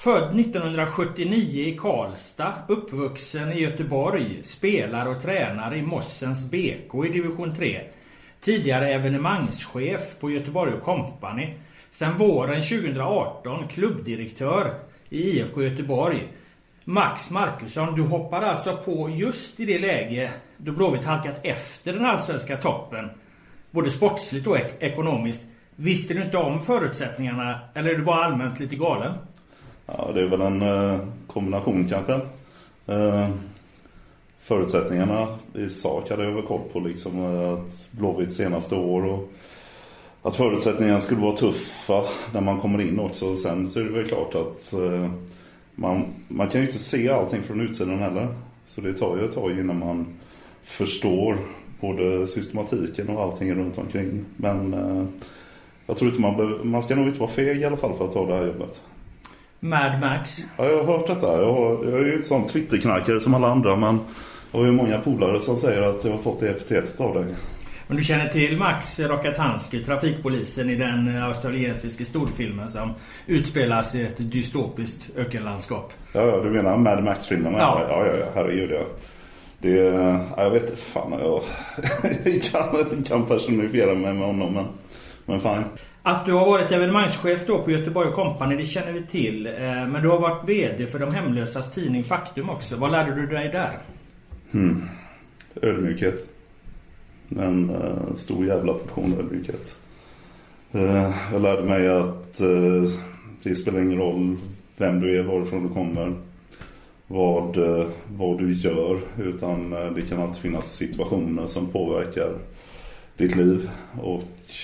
Född 1979 i Karlstad, uppvuxen i Göteborg, spelar och tränare i Mossens BK i division 3. Tidigare evenemangschef på Göteborg och Company. Sen våren 2018 klubbdirektör i IFK Göteborg. Max Markusson, du hoppar alltså på just i det läge då Blåvitt halkat efter den allsvenska toppen. Både sportsligt och ekonomiskt. Visste du inte om förutsättningarna eller är du bara allmänt lite galen? Ja, det är väl en kombination kanske. Förutsättningarna i sak hade jag väl koll på liksom, att Blåvitt senaste år och att förutsättningarna skulle vara tuffa när man kommer in också. Sen så är det väl klart att man kan ju inte se allting från utsidan heller. Så det tar ju ett tag innan man förstår både systematiken och allting runt omkring. Men jag tror inte man ska nog inte vara feg i alla fall för att ta det här jobbet. Mad Max. Ja, jag har hört detta. Jag är ju inte sån Twitterknarkare som alla andra, men jag har ju många polare som säger att jag har fått det epitetet av dig. Men du känner till Max Rokatansky, trafikpolisen i den australiensiska storfilmen som utspelas i ett dystopiskt ökenlandskap? Ja, du menar Mad Max-filmen? Ja, herregud, ja. Jag vet inte fan, jag kan personifiera mig med honom, men fan. Att du har varit evenemangschef då på Göteborg och Company, det känner vi till. Men du har varit vd för de hemlösas tidning Faktum också. Vad lärde du dig där? Ödmjukhet. En stor jävla portion ödmjukhet. Jag lärde mig att det spelar ingen roll vem du är, varifrån du kommer, vad du gör, utan det kan alltid finnas situationer som påverkar ditt liv, och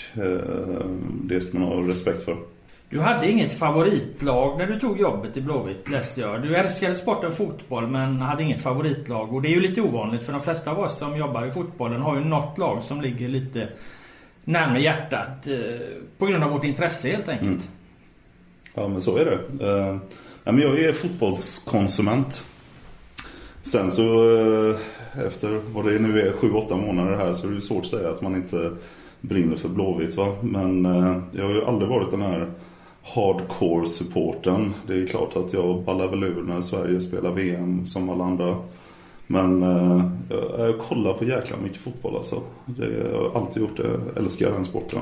det ska man ha respekt för. Du hade inget favoritlag när du tog jobbet i Blåvitt, läste jag. Du älskade sporten fotboll men hade inget favoritlag. Och det är ju lite ovanligt, för de flesta av oss som jobbar i fotbollen har ju något lag som ligger lite närmare hjärtat på grund av vårt intresse helt enkelt. Ja, men så är det. Men jag är fotbollskonsument. Sen så efter vad det nu är 7-8 månader här, så är det svårt att säga att man inte brinner för Blåvitt, va? Men jag har ju aldrig varit den här hardcore-supporten. Det är klart att jag ballar väl ur när Sverige spelar VM som alla andra. Men jag kollar på jäkla mycket fotboll alltså. Jag har alltid gjort det. Jag älskar den sporten.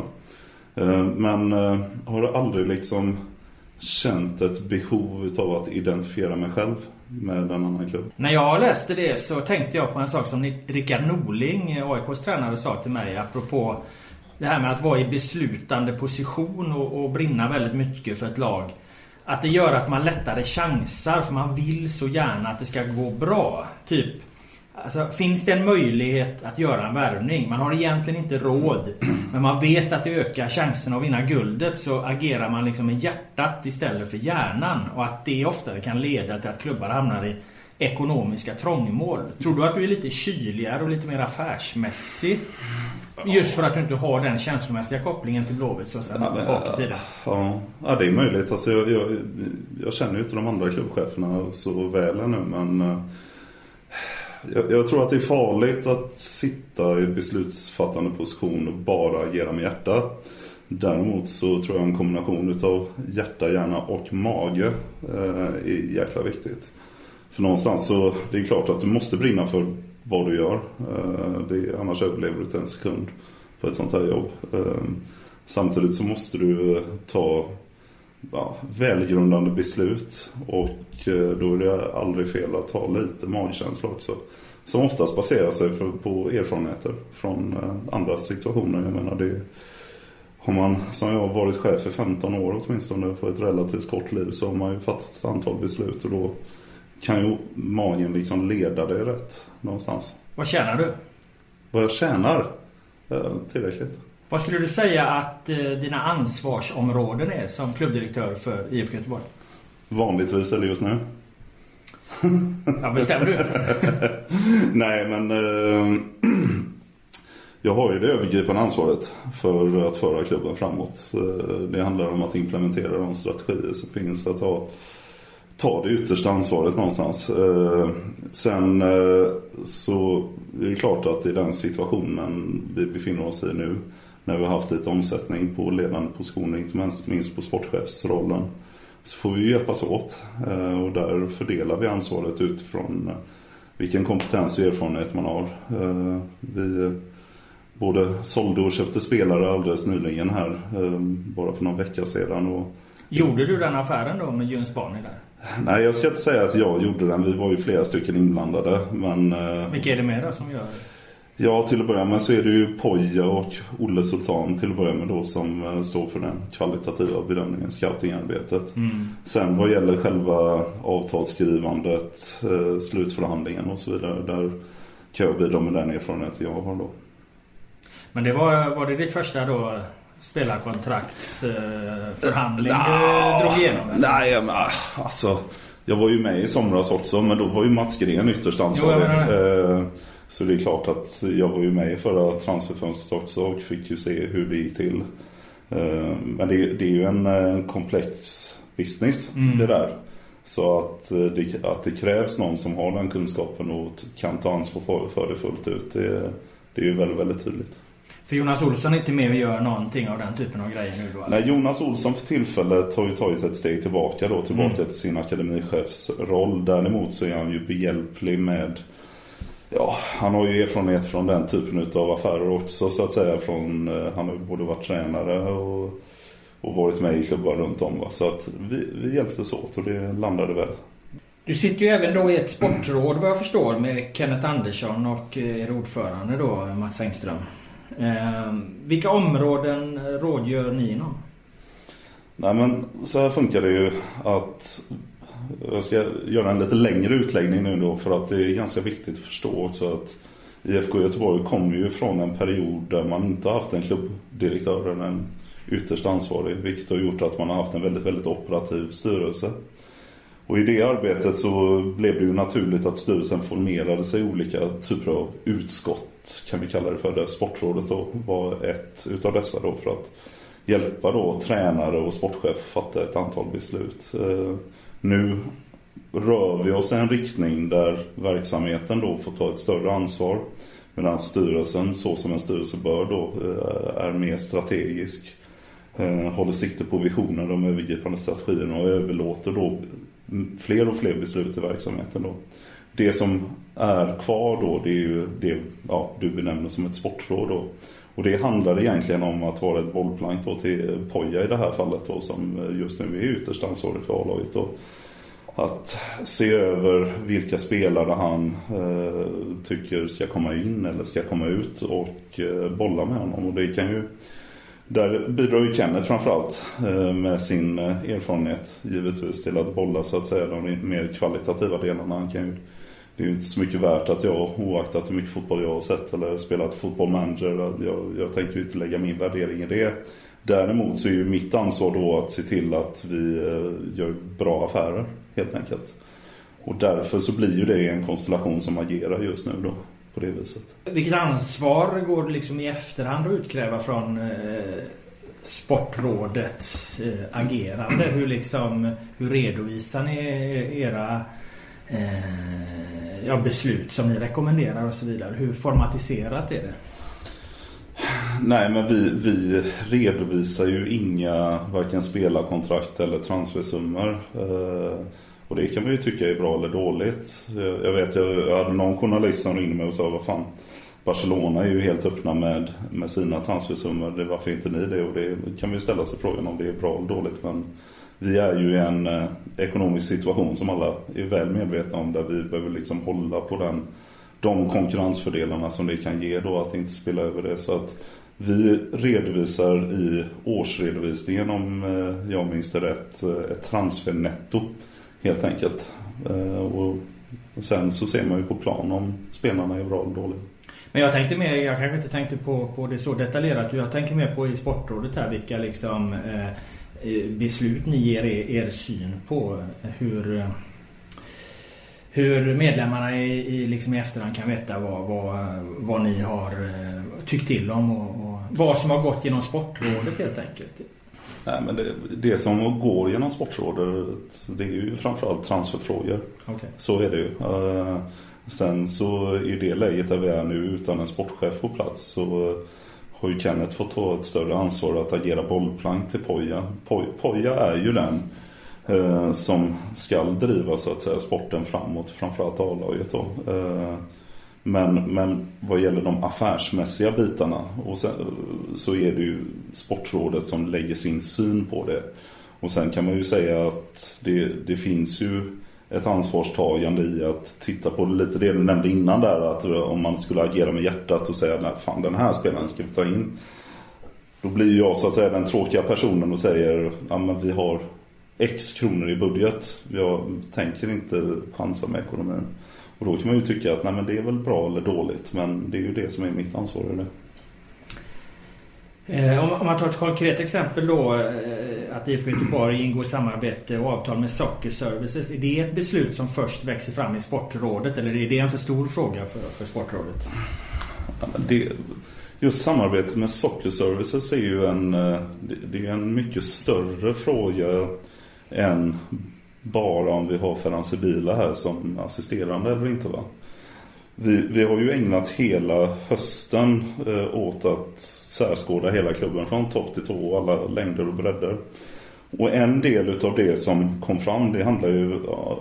Men har aldrig liksom känt ett behov av att identifiera mig själv med en annan klubb. När jag läste det så tänkte jag på en sak som Rickard Norling, AIKs tränare, sa till mig apropå det här med att vara i beslutande position och brinna väldigt mycket för ett lag. Att det gör att man lättare chansar, för man vill så gärna att det ska gå bra. Typ, alltså, finns det en möjlighet att göra en värvning? Man har egentligen inte råd, men man vet att det ökar chansen att vinna guldet, så agerar man liksom med hjärtat istället för hjärnan. Och att det oftare kan leda till att klubbar hamnar i ekonomiska trångmål. Tror du att du är lite kyligare och lite mer affärsmässig? Just för att du inte har den känslomässiga kopplingen till Blåvitt så sedan bak i tiden. Ja, det är möjligt. Alltså, jag känner ju inte de andra klubbcheferna så väl ännu, men jag tror att det är farligt att sitta i beslutsfattande position och bara agera med hjärta. Däremot så tror jag en kombination av hjärta, hjärna och mage är jäkla viktigt. För någonstans så det är klart att du måste brinna för vad du gör. Annars överlever du inte en sekund på ett sånt här jobb. Samtidigt så måste du ta välgrundande beslut, och då är det aldrig fel att ha lite magkänsla också. Som oftast baserar sig på erfarenheter från andra situationer. Jag menar, har man, som jag har varit chef för 15 år åtminstone för ett relativt kort liv, så har man ju fattat ett antal beslut, och då kan ju magen liksom leda dig rätt någonstans. Vad tjänar du? Vad jag tjänar? Tillräckligt. Vad skulle du säga att dina ansvarsområden är som klubbdirektör för IFK Göteborg? Vanligtvis eller just nu? Ja, bestämmer du? Nej, men jag har ju det övergripande ansvaret för att föra klubben framåt. Det handlar om att implementera de strategier som finns, att ta det yttersta ansvaret någonstans. Sen så är det klart att i den situationen vi befinner oss i nu, när vi har haft lite omsättning på ledande positioner, inte minst på sportchefsrollen, så får vi hjälpas åt. Och där fördelar vi ansvaret utifrån vilken kompetens och erfarenhet man har. Vi både sålde och köpte spelare alldeles nyligen här, bara för någon vecka sedan. Och gjorde du den affären då med Jöns Barney där? Nej, jag ska inte säga att jag gjorde den. Vi var ju flera stycken inblandade. Men, vilka är det mer då som gör? Ja, till att börja med så är det ju Poja och Olle Sultan till att börja med då, som står för den kvalitativa bedömningen, scoutingarbetet. Sen vad gäller själva avtalsskrivandet, slutförhandlingen och så vidare, där kan jag bidra med den erfarenheten jag har då. Men det var det ditt första då spelarkontraktsförhandling du drog igenom? Nej, men alltså jag var ju med i somras också, men då var ju Mats Gren ytterst ansvarig. Så det är klart att jag var ju med i förra transferfönstret också och fick ju se hur det gick till. Men det är ju en komplex business det där. Så att det krävs någon som har den kunskapen och kan ta ansvar för det fullt ut. Det är ju väldigt, väldigt tydligt. För Jonas Olsson är inte med och gör någonting av den typen av grejer nu då? Alltså. Nej, Jonas Olsson för tillfället har ju tagit ett steg tillbaka till sin akademichefsroll. Däremot så är han ju behjälplig med... Ja, han har ju erfarenhet från den typen av affärer också, så att säga. Han har ju både varit tränare och varit med i klubbar runt om. Va? Så att vi hjälptes åt och det landade väl. Du sitter ju även då i ett sportråd, vad jag förstår, med Kenneth Andersson och er ordförande då, Mats Engström. Vilka områden rådgör ni inom? Nej, men så här funkar det ju att... Jag ska göra en lite längre utläggning nu då, för att det är ganska viktigt att förstå också att IFK Göteborg kommer ju från en period där man inte har haft en klubbdirektör eller en ytterst ansvarig, vilket har gjort att man har haft en väldigt, väldigt operativ styrelse. Och i det arbetet så blev det ju naturligt att styrelsen formerade sig i olika typer av utskott, kan vi kalla det för. Det sportrådet då var ett utav dessa då, för att hjälpa då tränare och sportchef fatta ett antal beslut. Nu rör vi oss i en riktning där verksamheten då får ta ett större ansvar, medan styrelsen, så som en styrelse bör då, är mer strategisk, håller sikte på visioner, de övergripande strategierna och överlåter då fler och fler beslut i verksamheten då. Det som är kvar då, det är ju det du benämner som ett sportråd då. Och det handlar egentligen om att vara ett bollplank då till Poja i det här fallet då, som just nu är ytterst ansvarig för A-laget då. Att se över vilka spelare han tycker ska komma in eller ska komma ut och bolla med honom. Och det kan ju, där bidrar ju Kenneth framförallt med sin erfarenhet givetvis till att bolla så att säga de mer kvalitativa delarna. Han kan ju, det är ju inte så mycket värt att jag, oaktat hur mycket fotboll jag har sett eller spelat fotbollmanager, jag tänker ju inte lägga min värdering i det. Däremot så är ju mitt ansvar då att se till att vi gör bra affärer helt enkelt. Och därför så blir ju det en konstellation som agerar just nu då på det viset. Vilket ansvar går det liksom i efterhand att utkräva från sportrådets agerande? Hur redovisar ni era beslut som ni rekommenderar och så vidare? Hur formatiserat är det? Nej, men vi redovisar ju inga varken spelarkontrakt eller transfersummor. Och det kan man ju tycka är bra eller dåligt. Jag vet, jag hade någon journalist som ringde mig och sa, vad fan, Barcelona är ju helt öppna med sina transfersummor. Varför inte ni det? Och det kan vi ställa sig frågan om det är bra eller dåligt. Men vi är ju i en ekonomisk situation som alla är väl medvetna om, där vi behöver liksom hålla på de konkurrensfördelarna som det kan ge då, att inte spela över det. Så att vi redovisar i årsredovisningen, om jag minns det rätt, ett transfernetto helt enkelt. Och sen så ser man ju på plan om spelarna är bra eller dåliga. Men jag kanske inte tänkte på det så detaljerat. Jag tänker mer på i sportrådet här, vilka liksom beslut ni ger er syn på, hur medlemmarna i efterhand kan veta vad ni har tyckt till om och vad som har gått genom sportrådet helt enkelt. Nej, men det som går genom sportrådet, det är ju framförallt transferfrågor. Okay. Så är det ju. Sen så i det läget där vi är nu utan en sportchef på plats, så har ju Kenneth fått ta ett större ansvar att agera bollplank till Poja. Poja är ju den som ska driva så att säga sporten framåt, framförallt A-laget då. Men vad gäller de affärsmässiga bitarna och sen, så är det ju Sportrådet som lägger sin syn på det. Och sen kan man ju säga att det finns ju ett ansvarstagande i att titta på lite det du nämnde innan där, att om man skulle agera med hjärtat och säga nej, fan den här spelaren ska vi ta in. Då blir jag så att säga den tråkiga personen och säger ja men vi har X kronor i budget. Jag tänker inte chansa med ekonomin. Och då kan man ju tycka att nej men det är väl bra eller dåligt, men det är ju det som är mitt ansvar i det. Om man tar ett konkret exempel då, att IFK Göteborg ingår samarbete och avtal med Soccer Services. Är det ett beslut som först växer fram i Sportrådet, eller är det en för stor fråga för Sportrådet? Just samarbetet med Soccer Services är ju en mycket större fråga än bara om vi har Ferran Sibila här som assisterande eller inte, va? Vi har ju ägnat hela hösten åt att särskåda hela klubben från topp till tå, alla längder och bredder. Och en del av det som kom fram, det handlar ju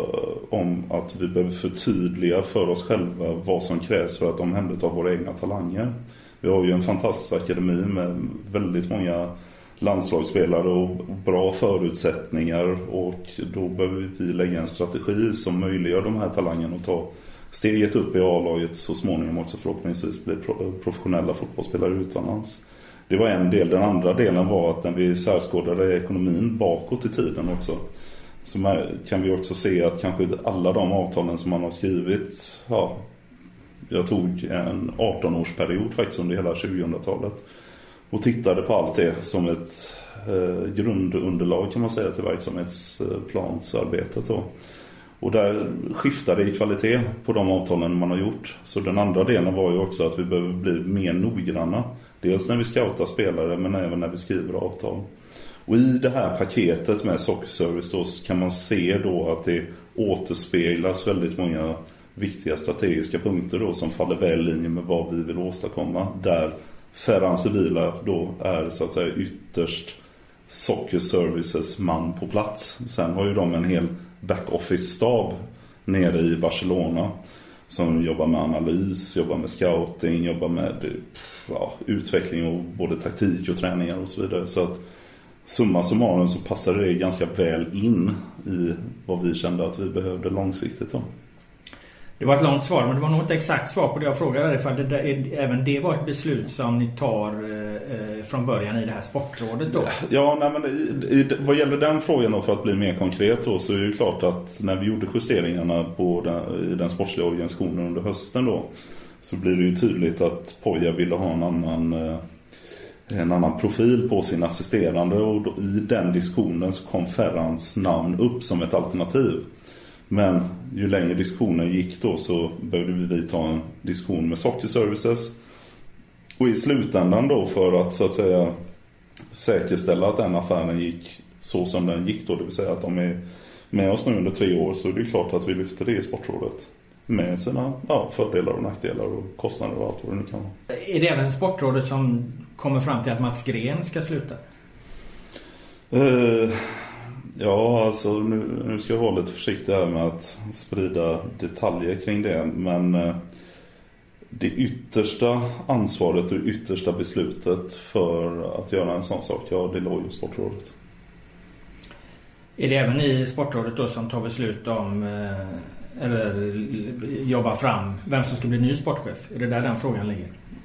om att vi behöver förtydliga för oss själva vad som krävs för att omhänderta våra egna talanger. Vi har ju en fantastisk akademi med väldigt många landslagsspelare och bra förutsättningar, och då behöver vi lägga en strategi som möjliggör de här talangerna och ta steget upp i A-laget så småningom också förhoppningsvis bli professionella fotbollsspelare utomlands. Det var en del. Den andra delen var att när vi särskådade ekonomin bakåt i tiden också, så kan vi också se att kanske alla de avtalen som man har skrivit, jag tog en 18-årsperiod faktiskt under hela 2000-talet och tittade på allt det som ett grundunderlag kan man säga till verksamhetsplansarbetet då. Och där skiftar det i kvalitet på de avtalen man har gjort. Så den andra delen var ju också att vi behöver bli mer noggranna. Dels när vi scoutar spelare men även när vi skriver avtal. Och i det här paketet med Soccer Service då kan man se då att det återspeglas väldigt många viktiga strategiska punkter då som faller väl i linje med vad vi vill åstadkomma. Där Ferran Sibila då är så att säga ytterst Soccer Services man på plats. Sen har ju de en hel back-office-stab nere i Barcelona som jobbar med analys, jobbar med scouting, jobbar med utveckling och både taktik och träningar och så vidare. Så att summa summarum så passade det ganska väl in i vad vi kände att vi behövde långsiktigt då. Det var ett långt svar, men det var nog inte exakt svar på det jag frågade. För att även det var ett beslut som ni tar från början i det här Sportrådet då. Ja, nej, men vad gäller den frågan då, för att bli mer konkret då, så är det klart att när vi gjorde justeringarna i den sportsliga organisationen under hösten då, så blir det ju tydligt att Poja ville ha en annan profil på sin assisterande, och då, i den diskussionen så kom Ferrans namn upp som ett alternativ. Men ju längre diskussionen gick då så behövde vi ta en diskussion med Soccer Services. Och i slutändan då, för att så att säga säkerställa att den affären gick så som den gick då, det vill säga att de är med oss nu under 3 år, så är det klart att vi lyfter det i Sportrådet. Med sina fördelar och nackdelar och kostnader och allt vad det nu kan vara. Är det även Sportrådet som kommer fram till att Mats Gren ska sluta? Ja, alltså nu ska jag vara lite försiktig här med att sprida detaljer kring det. Men det yttersta ansvaret och yttersta beslutet för att göra en sån sak, det låg ju Sportrådet. Är det även i Sportrådet då som tar beslut om eller jobbar fram vem som ska bli ny sportchef? Är det där den frågan ligger?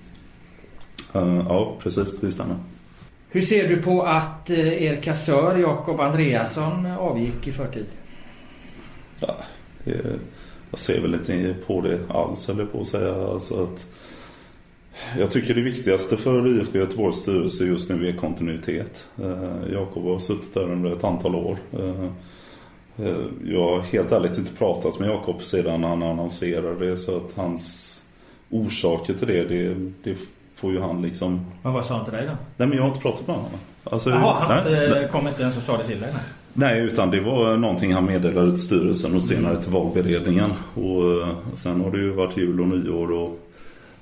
Ja, precis, det stämmer. Hur ser du på att er kassör Jakob Andreasson avgick i förtid? Ja, jag ser väl inte på det alls, eller på att säga. Alltså att jag tycker det viktigaste för IFK Göteborgs styrelse just nu är kontinuitet. Jakob har suttit där under ett antal år. Jag har helt ärligt inte pratat med Jakob sedan han annonserade det, så att hans orsaker till det får ju han liksom... Men vad sa han till dig då? Nej, men jag har inte pratat med honom. Alltså, han kom inte ens och sa det till dig? Nej, utan det var någonting han meddelade till styrelsen och senare till valberedningen. Och sen har det ju varit jul och nyår och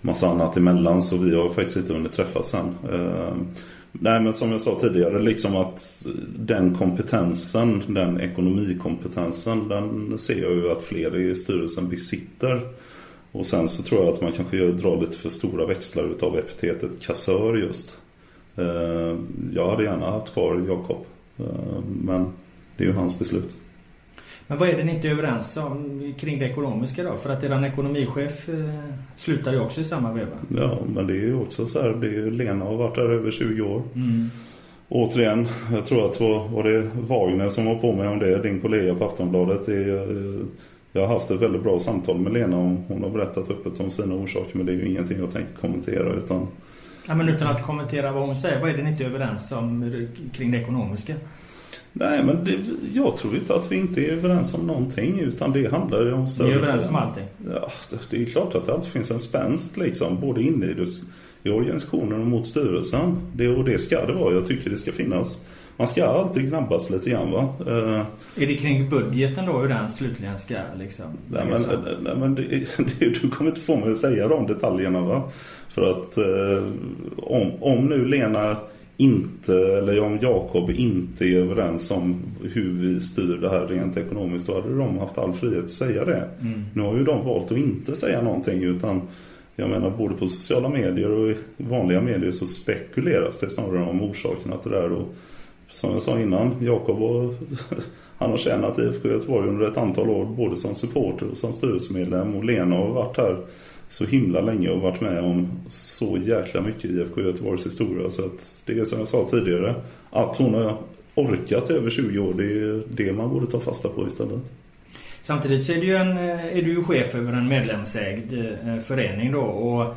massa annat emellan, så vi har faktiskt inte hunnit träffas sen. Nej, men som jag sa tidigare, liksom att den kompetensen, den ekonomikompetensen, den ser jag ju att fler i styrelsen besitter. Och sen så tror jag att man kanske drar lite för stora växlar utav epitetet kassör just. Jag hade gärna haft kvar Jakob, men det är ju hans beslut. Men vad är det ni inte är överens om kring det ekonomiska då? För att eran ekonomichef slutar ju också i samma veva. Ja, men det är ju också så här, det är ju Lena har varit där över 20 år. Återigen, jag tror att var det Wagner som var på mig om det, din kollega på Aftonbladet. Jag har haft ett väldigt bra samtal med Lena och hon har berättat öppet om sina orsaker, men det är ju ingenting jag tänker kommentera utan... Ja, men utan att kommentera vad hon säger, vad är det ni inte är överens om kring det ekonomiska? Nej, men jag tror inte att vi inte är överens om någonting, utan det handlar om större... Ni är överens om allting? Ja, det är klart att det alltid finns en spänst liksom, både inne i organisationen och mot styrelsen. Det ska det vara, jag tycker det ska finnas. Man ska alltid gnabbas lite grann, va? Är det kring budgeten då hur den slutligen ska liksom... Nej, men du kommer inte få mig att säga de detaljerna, va? För att om nu Lena inte, eller om Jakob inte är överens om hur vi styr det här rent ekonomiskt, då hade de haft all frihet att säga det. Nu har ju de valt att inte säga någonting, utan jag menar både på sociala medier och i vanliga medier så spekuleras det snarare om orsakerna till det där. Och som jag sa innan, Jakob han har tjänat IFK Göteborg under ett antal år, både som supporter och som styrelsemedlem, och Lena har varit här så himla länge och varit med om så jäkla mycket i IFK Göteborgs historia, så att det är som jag sa tidigare, att hon har orkat över 20 år, det är det man borde ta fasta på istället. Samtidigt så är du ju chef över en medlemsägd förening då, och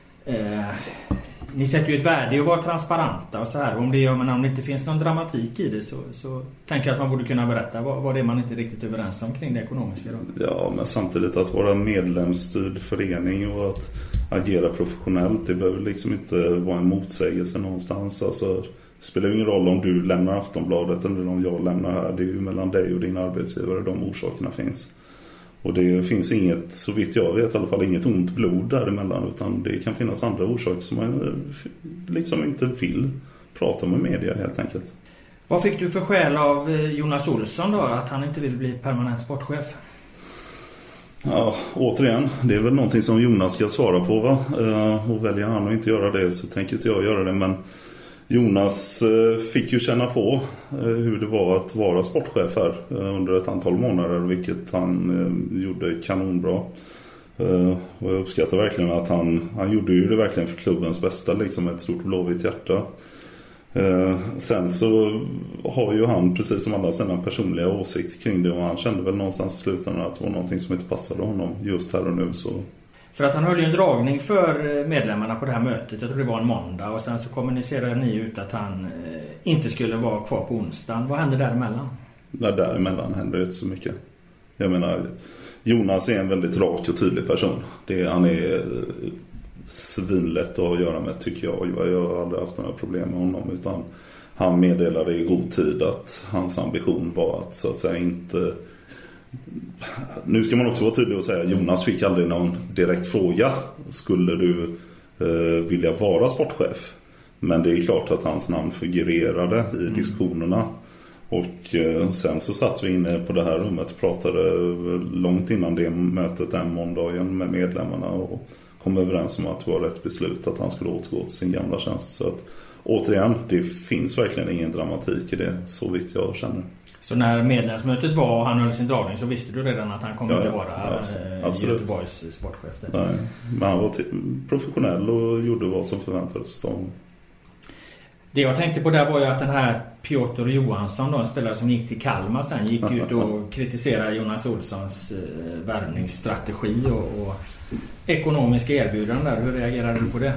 ni sätter ju ett värde i att vara transparenta och så här. Om det inte finns någon dramatik i det så tänker jag att man borde kunna berätta vad det är man inte riktigt överens om kring det ekonomiska då. Ja, men samtidigt att vara medlemsstyrd förening och att agera professionellt, det behöver liksom inte vara en motsägelse någonstans. Alltså, det spelar ju ingen roll om du lämnar Aftonbladet eller om jag lämnar här. Det är ju mellan dig och din arbetsgivare de orsakerna finns. Och det finns inget, så vitt jag vet i alla fall, inget ont blod däremellan, utan det kan finnas andra orsaker som man liksom inte vill prata med media helt enkelt. Vad fick du för skäl av Jonas Olsson då, att han inte vill bli permanent sportchef? Ja, återigen, det är väl någonting som Jonas ska svara på, va? Och väljer han att inte göra det så tänker inte jag göra det, men Jonas fick ju känna på hur det var att vara sportchef här under ett antal månader, vilket han gjorde kanonbra. Och jag uppskattar verkligen att han gjorde ju det verkligen för klubbens bästa, liksom ett stort blåvitt hjärta. Sen så har ju han precis som alla sina personliga åsikter kring det, och han kände väl någonstans i slutändan att det var någonting som inte passade honom just här och nu. Så. För att han höll ju en dragning för medlemmarna på det här mötet, jag tror det var en måndag, och sen så kommunicerade ni ut att han inte skulle vara kvar på onsdagen. Vad hände däremellan? Däremellan hände inte så mycket. Jag menar, Jonas är en väldigt rak och tydlig person. Han är svinlätt att göra med, tycker jag. Jag har aldrig haft några problem med honom, utan han meddelade i god tid att hans ambition var att så att säga inte... Nu ska man också vara tydlig och säga att Jonas fick aldrig någon direkt fråga: skulle du vilja vara sportchef? Men det är klart att hans namn figurerade i diskussionerna. Och sen så satt vi inne på det här rummet och pratade långt innan det mötet den måndagen med medlemmarna och kom överens om att det var rätt beslut att han skulle återgå till sin gamla tjänst. Så att återigen, det finns verkligen ingen dramatik i det, så vitt jag känner. Så när medlemsmötet var och han höll sin dragning så visste du redan att han kommer inte vara Göteborgs sportchef? Nej, men han var professionell och gjorde vad som förväntades av honom. Det jag tänkte på där var ju att den här Piotr Johansson då, en spelare som gick till Kalmar sen, gick ut och kritiserade Jonas Olssons värvningsstrategi och ekonomiska erbjudanden där. Hur reagerade du på det?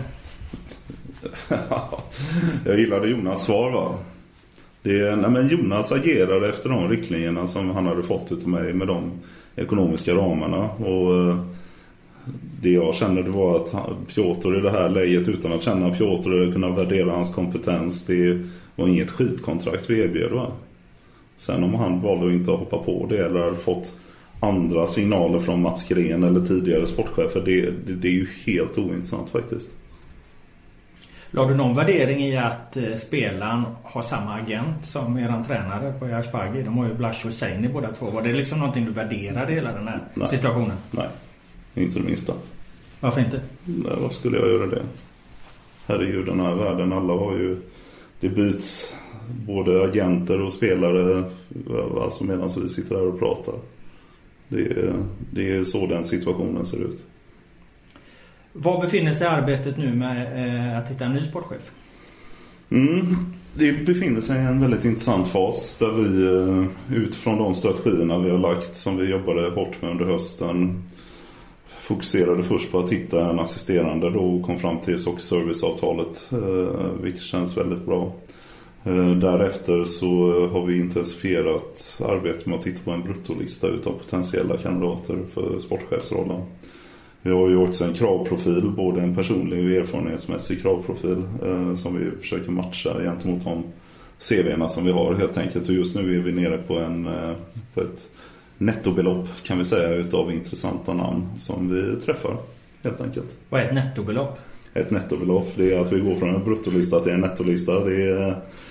Jag gillade Jonas svar, va? Men Jonas agerade efter de riktlinjerna som han hade fått utav mig med de ekonomiska ramarna, och det jag kände det var att Piotr i det här läget, utan att känna Piotr eller kunna värdera hans kompetens, det var inget skitkontrakt vi erbjöd, va? Sen om han valde att inte hoppa på det eller fått andra signaler från Mats Gren eller tidigare sportchefer, det är ju helt ointressant faktiskt. La du någon värdering i att spelaren har samma agent som eran tränare på Asbaghi? De har ju Blash och Husseini båda två. Var det liksom någonting du värderade hela den här situationen? Nej, inte det minsta. Varför inte? Nej, varför skulle jag göra det? Herregud, den här världen, alla har ju... Det byts både agenter och spelare alltså medan vi sitter här och pratar. Det är så den situationen ser ut. Var befinner sig arbetet nu med att hitta en ny sportchef? Det befinner sig i en väldigt intressant fas där vi utifrån de strategierna vi har lagt, som vi jobbade hårt med under hösten, fokuserade först på att hitta en assisterande då och kom fram till SOC-serviceavtalet, vilket känns väldigt bra. Därefter så har vi intensifierat arbetet med att titta på en bruttolista utav potentiella kandidater för sportchefsrollen. Vi har ju också en kravprofil, både en personlig och erfarenhetsmässig kravprofil som vi försöker matcha gentemot de CV:na som vi har helt enkelt. Och just nu är vi nere på ett nettobelopp kan vi säga utav intressanta namn som vi träffar helt enkelt. Vad är ett nettobelopp? Ett nettobelopp, det är att vi går från en bruttolista till en nettolista. Det är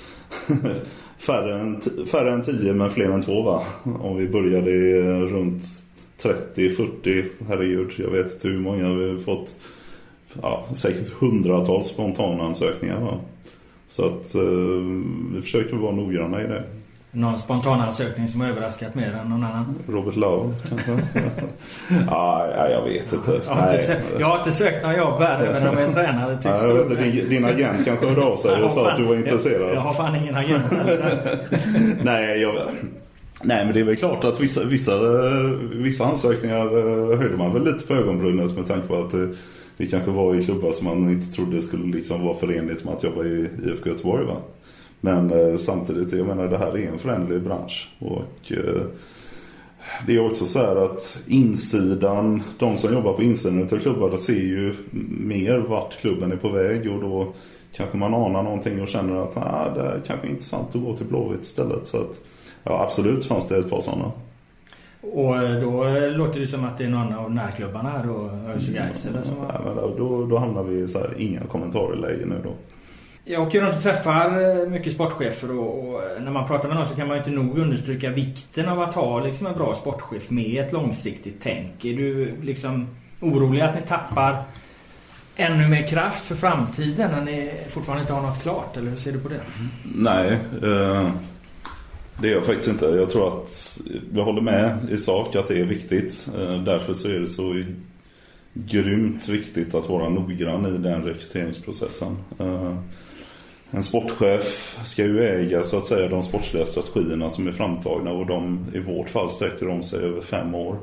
färre än 10 men fler än 2 va? Om vi började runt 30-40, herregud, jag vet inte hur många vi har fått, säkert hundratals spontana ansökningar va? Så att vi försöker vara noggranna i det. Någon spontan ansökning som har överraskat mer än någon annan? Robert Lau kanske? Jag vet inte. Jag har inte sökt några jobb här även om jag är tränare. Din agent kanske hörde av sig och sa att du var intresserad. Jag har fan ingen agent. Nej, men det är väl klart att vissa ansökningar höjde man väl lite på ögonbrynet med tanke på att det kanske var i klubbar som man inte trodde skulle liksom vara förenligt med att jobba i IFK Göteborg va? Men samtidigt, jag menar, det här är en föränderlig bransch och det är också så här att insidan, de som jobbar på insidan av klubbar, ser ju mer vart klubben är på väg och då kanske man anar någonting och känner att det är kanske intressant att gå till Blåvitt istället. Så att, ja, absolut fanns det ett par sådana. Och då låter det som att det är någon av närklubbarna här då, Örsögeis eller som var... men då hamnar vi så här, inga kommentarer läge nu då. Jag åker runt och träffar mycket sportchefer och när man pratar med någon så kan man ju inte nog understryka vikten av att ha liksom en bra sportchef med ett långsiktigt tänk. Är du liksom orolig att ni tappar ännu mer kraft för framtiden när ni fortfarande inte har något klart, eller hur ser du på det? Nej, det är jag faktiskt inte. Jag tror att jag håller med i sak att det är viktigt. Därför så är det så grymt viktigt att vara noggrann i den rekryteringsprocessen. En sportchef ska ju äga så att säga de sportsliga strategierna som är framtagna och de i vårt fall sträcker om sig över 5 år.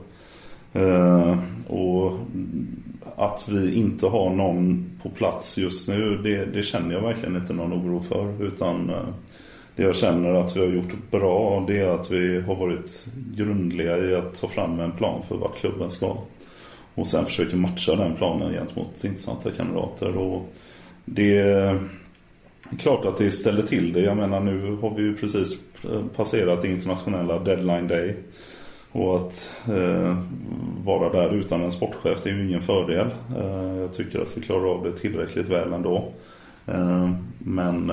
Och att vi inte har någon på plats just nu, det känner jag verkligen inte någon oro för, utan det jag känner att vi har gjort bra, det är att vi har varit grundliga i att ta fram en plan för vad klubben ska och sen försöker matcha den planen gentemot intressanta kandidater. Och det är klart att det ställer till det. Jag menar, nu har vi ju precis passerat internationella deadline day och att vara där utan en sportchef, det är ju ingen fördel. Jag tycker att vi klarar av det tillräckligt väl ändå. Men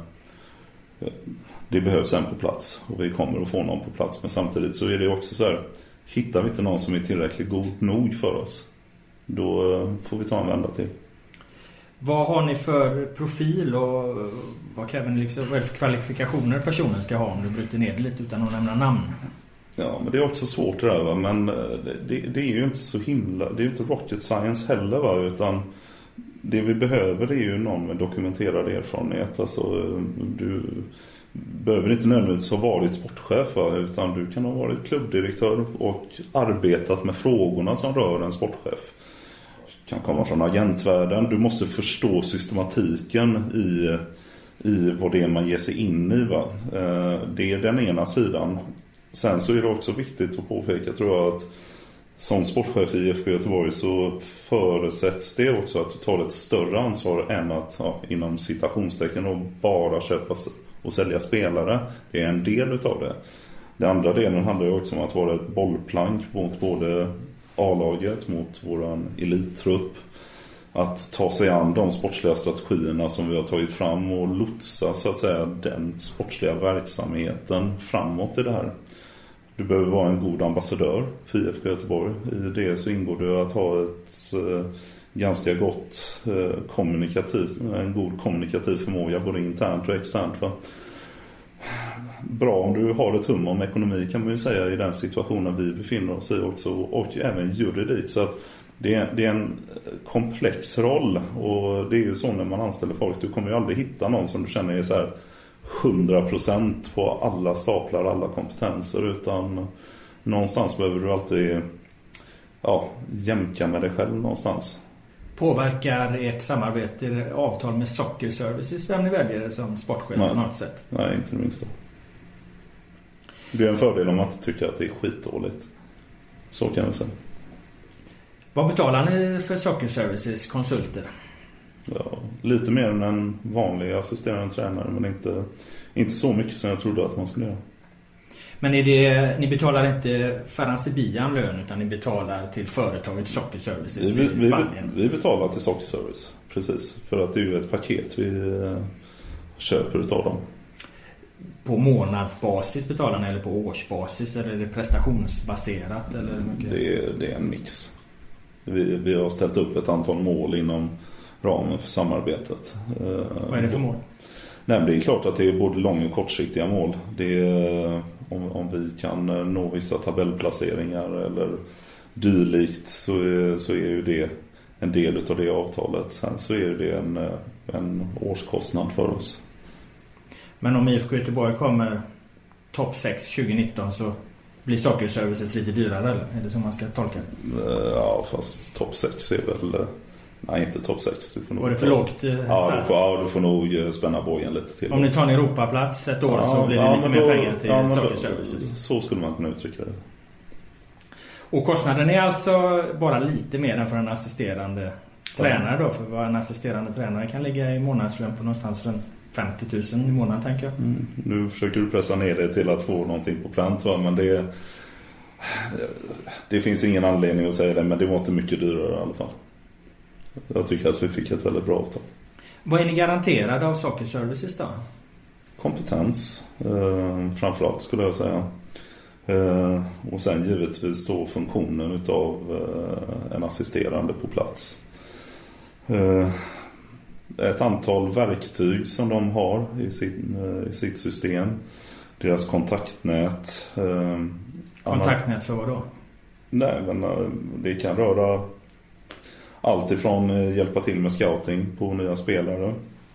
det behövs en på plats och vi kommer att få någon på plats. Men samtidigt så är det också så här, hittar vi inte någon som är tillräckligt god nog för oss, då får vi ta en vända till. Vad har ni för profil och vad kräver ni liksom, vad är det för kvalifikationer personen ska ha om du bryter ner det lite utan att nämna namn? Ja, men det är också svårt det där va? Men det är ju inte så himla, det är ju inte rocket science heller va, utan det vi behöver är ju någon med dokumenterad erfarenhet. Alltså du behöver inte nödvändigtvis ha varit sportchef va? Utan du kan ha varit klubbdirektör och arbetat med frågorna som rör en sportchef. Kan komma från agentvärlden. Du måste förstå systematiken i vad det är man ger sig in i va? Det är den ena sidan. Sen så är det också viktigt att påpeka, tror jag, att som sportchef i IFK Göteborg så förutsätts det också att du tar ett större ansvar än att inom citationstecken och bara köpa och sälja spelare. Det är en del utav det. Den andra delen handlar ju också om att vara ett bollplank mot både A-laget, mot våran elittrupp. Att ta sig an de sportsliga strategierna som vi har tagit fram och lotsa så att säga den sportsliga verksamheten framåt i det här. Du behöver vara en god ambassadör för IFK Göteborg. I det så ingår det att ha ett ganska gott en god kommunikativ förmåga både internt och externt. Va? Bra om du har ett hum om ekonomi kan man ju säga i den situationen vi befinner oss i också, och även juridik. Så att det är en komplex roll, och det är ju så när man anställer folk. Du kommer ju aldrig hitta någon som du känner är så här 100% på alla staplar, alla kompetenser, utan någonstans behöver du alltid jämka med dig själv någonstans. Påverkar ert samarbete, avtal med Soccer Services, vem ni väljer som sportchef på något sätt? Nej, inte det minsta. Det är en fördel om man inte tycker att det är skitdåligt. Så kan vi säga. Vad betalar ni för Soccer Services konsulter? Ja, lite mer än en vanlig assisterande tränare, men inte så mycket som jag trodde att man skulle göra. Men ni betalar inte Faranzibian lön, utan ni betalar till företaget Soccer Services i Spanien? Vi betalar till Soccer Service, precis. För att det är ju ett paket vi köper utav dem. På månadsbasis betalar ni, eller på årsbasis, eller är det prestationsbaserat? Eller det är en mix. Vi har ställt upp ett antal mål inom ramen för samarbetet. Vad är det för mål? Nej, det är klart att det är både lång- och kortsiktiga mål. Det är, om vi kan nå vissa tabellplaceringar eller dylikt, så är ju det en del av det avtalet. Sen så är det en årskostnad för oss. Men om IFK Göteborg kommer topp 6 2019 så blir Soccer Services lite dyrare, eller? Är det som man ska tolka det? Ja, fast topp 6 är väl... Nej, inte topp 6. Var det för lågt? Du får nog spänna bågen lite till. Om ni tar en Europaplats ett år så blir det lite mer pengar till Soccer Services. Så skulle man kunna uttrycka det. Och kostnaden är alltså bara lite mer än för en assisterande tränare då? För vad en assisterande tränare kan ligga i månadslön på någonstans runt 50 000 i månaden, tänker jag. Nu försöker du pressa ner det till att få någonting på pränt, va? Men det finns ingen anledning att säga det, men det var inte mycket dyrare i alla fall. Jag tycker att vi fick ett väldigt bra avtal. Vad är ni garanterade av Soccer Services då? Kompetens, framförallt skulle jag säga. Och sen givetvis då funktionen utav en assisterande på plats. Ett antal verktyg som de har i sitt system. Deras kontaktnät. Kontaktnät för vad då? Nej, men det kan röra allt ifrån hjälpa till med scouting på nya spelare.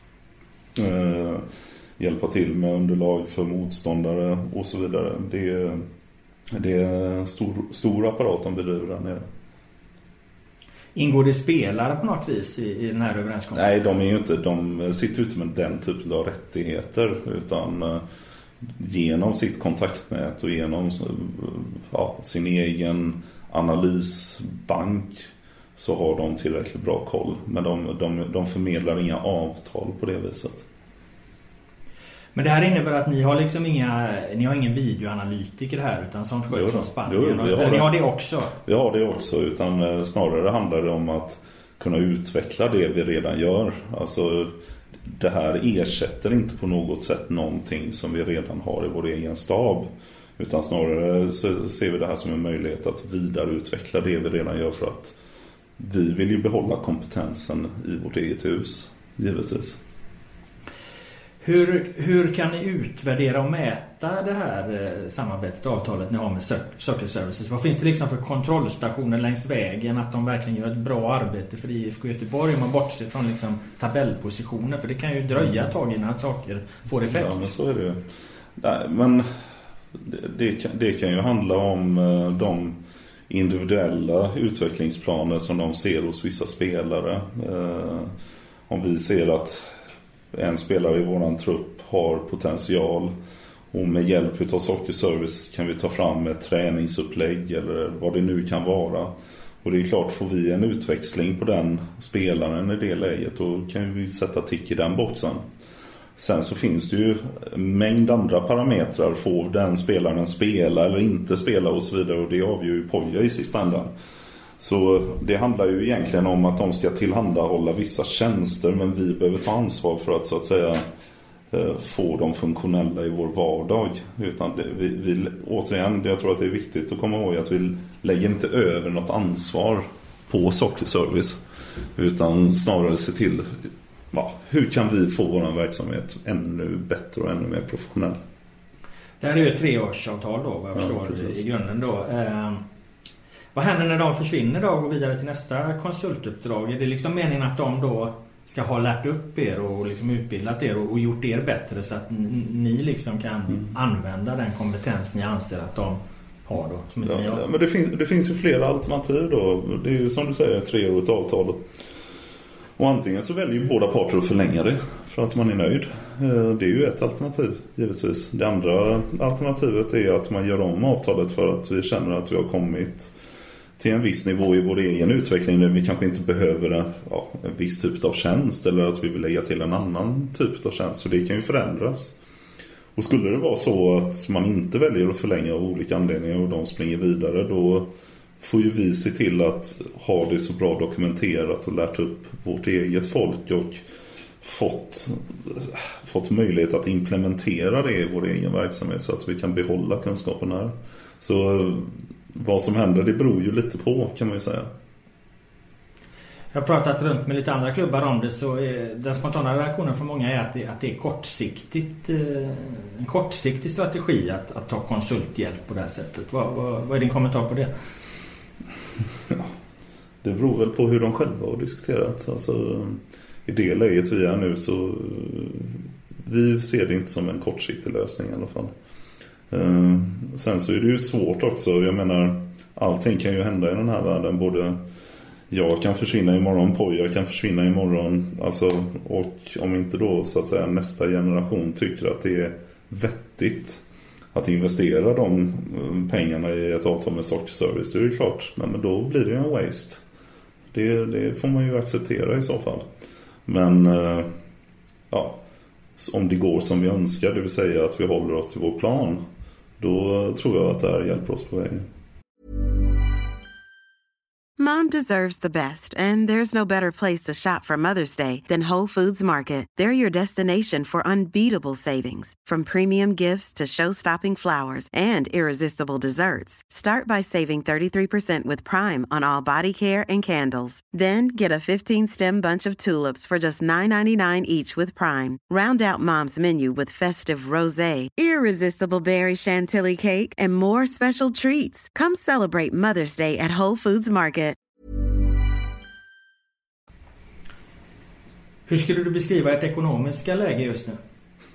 Hjälpa till med underlag för motståndare och så vidare. Det är en stor apparat de bedriver där nere. Ingår det spelare på något vis i den här överenskommelsen? Nej, de sitter ute med den typen av rättigheter, utan genom sitt kontaktnät och genom sin egen analysbank så har de tillräckligt bra koll. Men de förmedlar inga avtal på det viset. Men det här innebär att ni har liksom ni har ingen videoanalytiker här, utan sånt sköts från Spanien. Ni har det också? Vi har det också, utan snarare handlar det om att kunna utveckla det vi redan gör. Alltså det här ersätter inte på något sätt någonting som vi redan har i vår egen stab. Utan snarare så ser vi det här som en möjlighet att vidareutveckla det vi redan gör, för att vi vill ju behålla kompetensen i vårt eget hus, givetvis. Hur kan ni utvärdera och mäta det här samarbetet och avtalet ni har med Soccer Services? Vad finns det liksom för kontrollstationer längs vägen att de verkligen gör ett bra arbete för IFK Göteborg, om man bortser från liksom tabellpositioner? För det kan ju dröja ett tag innan saker får effekt. Ja, men så är det ju. Nej, men det kan ju handla om de individuella utvecklingsplaner som de ser hos vissa spelare. Om vi ser att en spelare i våran trupp har potential, och med hjälp av Soccer Service kan vi ta fram ett träningsupplägg eller vad det nu kan vara. Och det är klart, får vi en utväxling på den spelaren i det läget, då kan vi sätta tick i den boxen. Sen så finns det ju en mängd andra parametrar. Får den spelaren spela eller inte spela och så vidare. Och det avgör ju Poja i sista ändan. Så det handlar ju egentligen om att de ska tillhandahålla vissa tjänster. Men vi behöver ta ansvar för att så att säga få dem funktionella i vår vardag. Utan återigen, jag tror att det är viktigt att komma ihåg att vi lägger inte över något ansvar på Sockerservice. Utan snarare se till hur kan vi få vår verksamhet ännu bättre och ännu mer professionell. Det här är ju ett 3-årsavtal då, vad jag förstår i grunden då. Vad händer när de försvinner då och går vidare till nästa konsultuppdrag? Är det liksom meningen att de då ska ha lärt upp er och liksom utbildat er och gjort er bättre så att ni liksom kan använda den kompetens ni anser att de har då? Som inte ni har? Men det finns ju flera alternativ då. Det är ju som du säger 3-årigt avtal. Och antingen så väljer ju båda parter att förlänga det för att man är nöjd. Det är ju ett alternativ givetvis. Det andra alternativet är att man gör om avtalet för att vi känner att vi har kommit till en viss nivå i vår egen utveckling där vi kanske inte behöver en viss typ av tjänst eller att vi vill lägga till en annan typ av tjänst. Så det kan ju förändras. Och skulle det vara så att man inte väljer att förlänga av olika anledningar och de springer vidare, då får ju vi se till att ha det så bra dokumenterat och lärt upp vårt eget folk och fått möjlighet att implementera det i vår egen verksamhet så att vi kan behålla kunskapen här. Så vad som händer, det beror ju lite på, kan man ju säga. Jag har pratat runt med lite andra klubbar om det, så den spontana reaktionen för många är att det är en kortsiktig strategi att ta konsulthjälp på det här sättet. Vad är din kommentar på det? Ja, det beror väl på hur de själva har diskuterat. Alltså, i det läget vi är nu så vi ser det inte som en kortsiktig lösning i alla fall. Sen så är det ju svårt också. Jag menar, allting kan ju hända i den här världen. Både jag kan försvinna imorgon, Poja kan försvinna imorgon. Alltså, och om inte då så att säga nästa generation tycker att det är vettigt att investera de pengarna i ett avtal med Sockerservice, det är ju klart. Men då blir det ju en waste. Det får man ju acceptera i så fall. Men om det går som vi önskar, det vill säga att vi håller oss till vår plan, då tror jag att det här hjälper oss på vägen. Mom deserves the best, and there's no better place to shop for Mother's Day than Whole Foods Market. They're your destination for unbeatable savings, from premium gifts to show-stopping flowers and irresistible desserts. Start by saving 33% with Prime on all body care and candles. Then get a 15-stem bunch of tulips for just $9.99 each with Prime. Round out Mom's menu with festive rosé, irresistible berry chantilly cake, and more special treats. Come celebrate Mother's Day at Whole Foods Market. Hur skulle du beskriva ert ekonomiska läge just nu?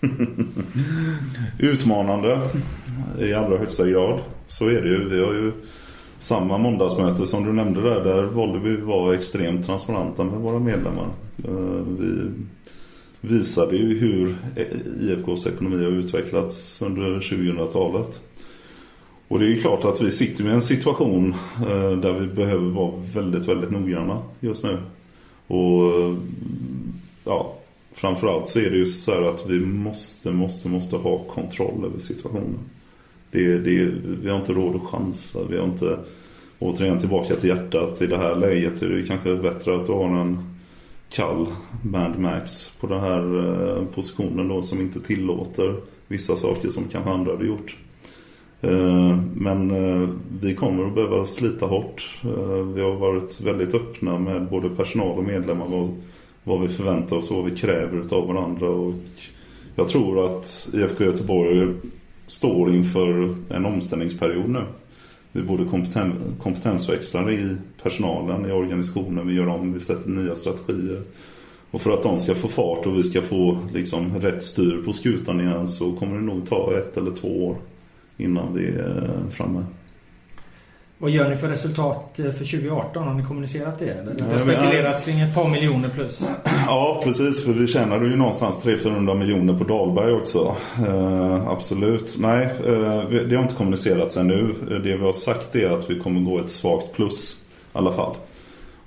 Utmanande i allra högsta grad. Så är det ju. Vi har ju samma måndagsmöte som du nämnde där valde vi vara extremt transparenta med våra medlemmar. Vi visade ju hur IFKs ekonomi har utvecklats under 2000-talet. Och det är ju klart att vi sitter med en situation där vi behöver vara väldigt, väldigt noggranna just nu. Och framförallt så är det ju så här att vi måste ha kontroll över situationen. Vi har inte råd att chansa. Vi har inte, återigen tillbaka till hjärtat, i det här läget är det kanske bättre att du har en kall Mad Max på den här positionen då, som inte tillåter vissa saker som kanske andra hade gjort. Men vi kommer att behöva slita hårt. Vi har varit väldigt öppna med både personal och medlemmar vad vi förväntar oss och vad vi kräver av varandra. Och jag tror att IFK Göteborg står inför en omställningsperiod nu. Vi både kompetensväxlar i personalen, i organisationen, vi gör om, vi sätter nya strategier. Och för att de ska få fart och vi ska få liksom rätt styr på skutan igen, så kommer det nog ta 1 eller 2 år innan vi är framme. Vad gör ni för resultat för 2018? Har ni kommunicerat det? Eller? Det har spekulerats kring ett par miljoner plus. Ja, precis. För vi tjänar ju någonstans 300-400 miljoner på Dahlberg också. Absolut. Nej, det har inte kommunicerats ännu. Det vi har sagt är att vi kommer gå ett svagt plus i alla fall.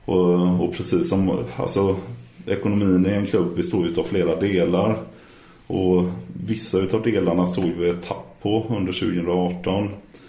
Och precis som ekonomin i en klubb består av flera delar. Och vissa utav delarna såg vi ett tapp på under 2018.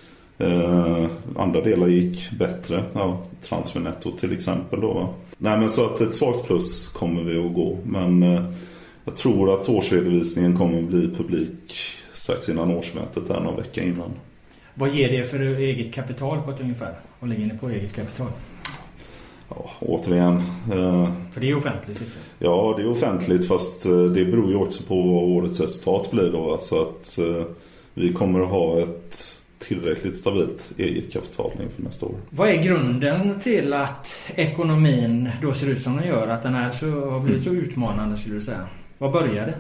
Andra delar gick bättre. Transfernetto till exempel då. Nej, men så att ett svagt plus kommer vi att gå. Men jag tror att årsredovisningen kommer att bli publik strax innan årsmötet där någon vecka innan. Vad ger det för eget kapital på ett ungefär? Vad ligger ni på eget kapital? Ja, återigen. För det är offentligt siffror. Ja, det är offentligt, fast det beror ju också på vad årets resultat blir då. Så att vi kommer att ha ett tillräckligt stabilt eget kapital inför nästa år. Vad är grunden till att ekonomin då ser ut som den gör? Att den är så, har blivit så utmanande, skulle du säga? Vad började?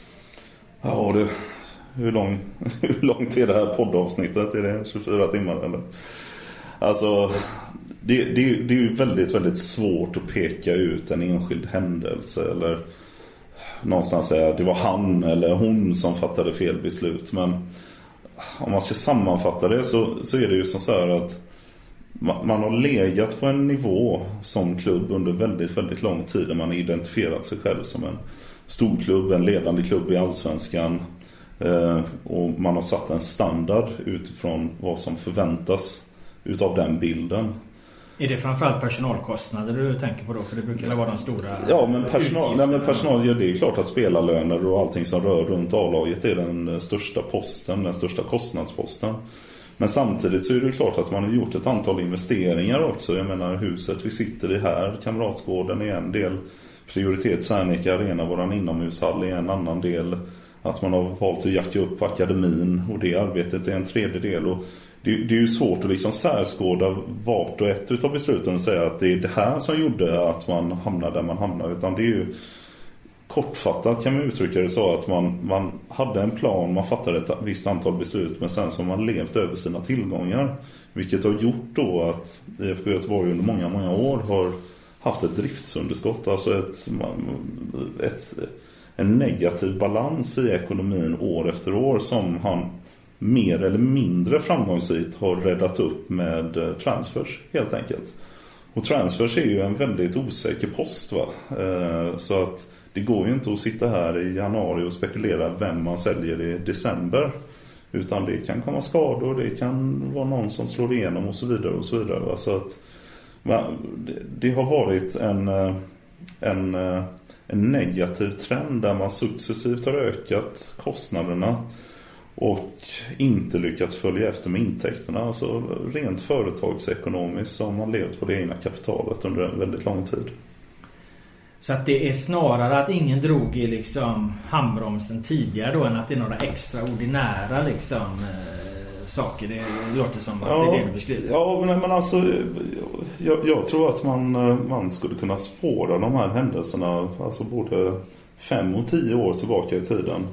Ja, hur långt är det här poddavsnittet? Är det 24 timmar eller? Alltså, det är ju väldigt, väldigt svårt att peka ut en enskild händelse eller någonstans säga det var han eller hon som fattade fel beslut. Men om man ska sammanfatta det så är det ju som så här att man har legat på en nivå som klubb under väldigt, väldigt lång tid där man har identifierat sig själv som en stor klubb, en ledande klubb i Allsvenskan. Och man har satt en standard utifrån vad som förväntas utav den bilden. Är det framförallt personalkostnader du tänker på då? För det brukar vara de stora. Ja, men personal gör det är klart att spelarlöner och allting som rör runt A-laget är den största posten, den största kostnadsposten. Men samtidigt så är det klart att man har gjort ett antal investeringar också. Jag menar, huset vi sitter i här, Kamratgården är en del, Prioritet Särnika Arena, våran inomhushall, är en annan del. Att man har valt att jacka upp akademin och det arbetet är en tredje del. Och det är ju svårt att liksom särskåda vart och ett utav besluten och säga att det är det här som gjorde att man hamnade där man hamnade. Utan det är ju kortfattat, kan man uttrycka det så, att man hade en plan, man fattade ett visst antal beslut, men sen så har man levt över sina tillgångar. Vilket har gjort då att IFK Göteborg under många, många år har haft ett driftsunderskott, alltså en negativ balans i ekonomin år efter år som han mer eller mindre framgångsrikt har räddat upp med transfers helt enkelt. Och transfers är ju en väldigt osäker post, va? Så att det går ju inte att sitta här i januari och spekulera vem man säljer i december. Utan det kan komma skador, det kan vara någon som slår igenom och så vidare och så vidare. Va? Så att det har varit en negativ trend där man successivt har ökat kostnaderna och inte lyckats följa efter med intäkterna. Alltså rent företagsekonomiskt så har man levt på det egna kapitalet under en väldigt lång tid. Så att det är snarare att ingen drog i liksom handbromsen tidigare då än att det är några extraordinära liksom saker. Det låter som att det är det du beskriver. Ja, men alltså jag tror att man skulle kunna spåra de här händelserna alltså både 5 och 10 år tillbaka i tiden.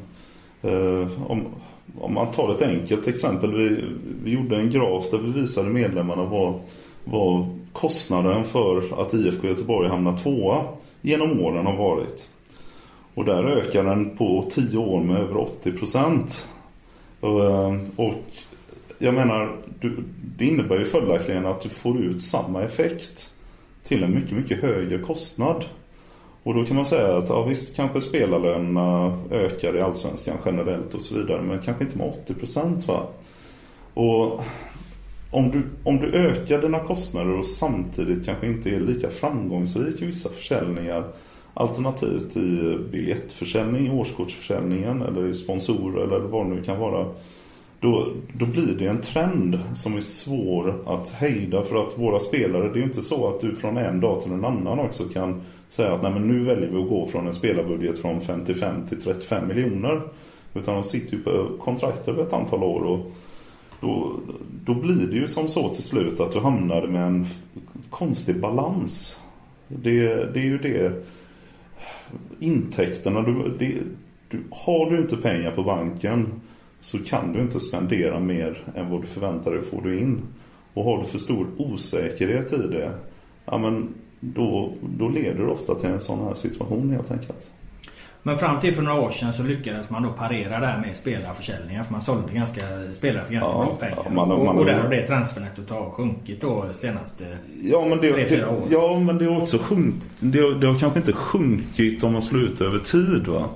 Om man tar ett enkelt exempel, vi gjorde en graf där vi visade medlemmarna vad kostnaden för att IFK Göteborg hamnar 2 genom åren har varit. Och där ökar den på 10 år med över 80%. Och jag menar, det innebär ju följaktligen att du får ut samma effekt till en mycket, mycket högre kostnad. Och då kan man säga att ja, visst kanske spelarlönerna ökar i Allsvenskan generellt och så vidare, men kanske inte med 80%, va? Och om du ökar dina kostnader och samtidigt kanske inte är lika framgångsrik i vissa försäljningar, alternativt i biljettförsäljning, årskortsförsäljningen eller i sponsorer eller vad det nu kan vara, då blir det en trend som är svår att hejda. För att våra spelare, det är ju inte så att du från en dag till en annan också kan säga att nej, men nu väljer vi att gå från en spelarbudget från 55 till 35 miljoner. Utan de sitter ju på kontrakt över ett antal år och då blir det ju som så till slut att du hamnar med en konstig balans. Det är ju det. Intäkterna, har du inte pengar på banken så kan du inte spendera mer än vad du förväntar dig får du in. Och har du för stor osäkerhet i det, ja, men då leder det ofta till en sån här situation helt enkelt. Men fram till för några år sedan så lyckades man då parera det här med spelarförsäljningar, för man sålde spelare för ganska bra pengar. Och där har det transfernettot har sjunkit då senaste 3-4 år. Ja, men det har också det har kanske inte sjunkit om man slår ut över tid, va?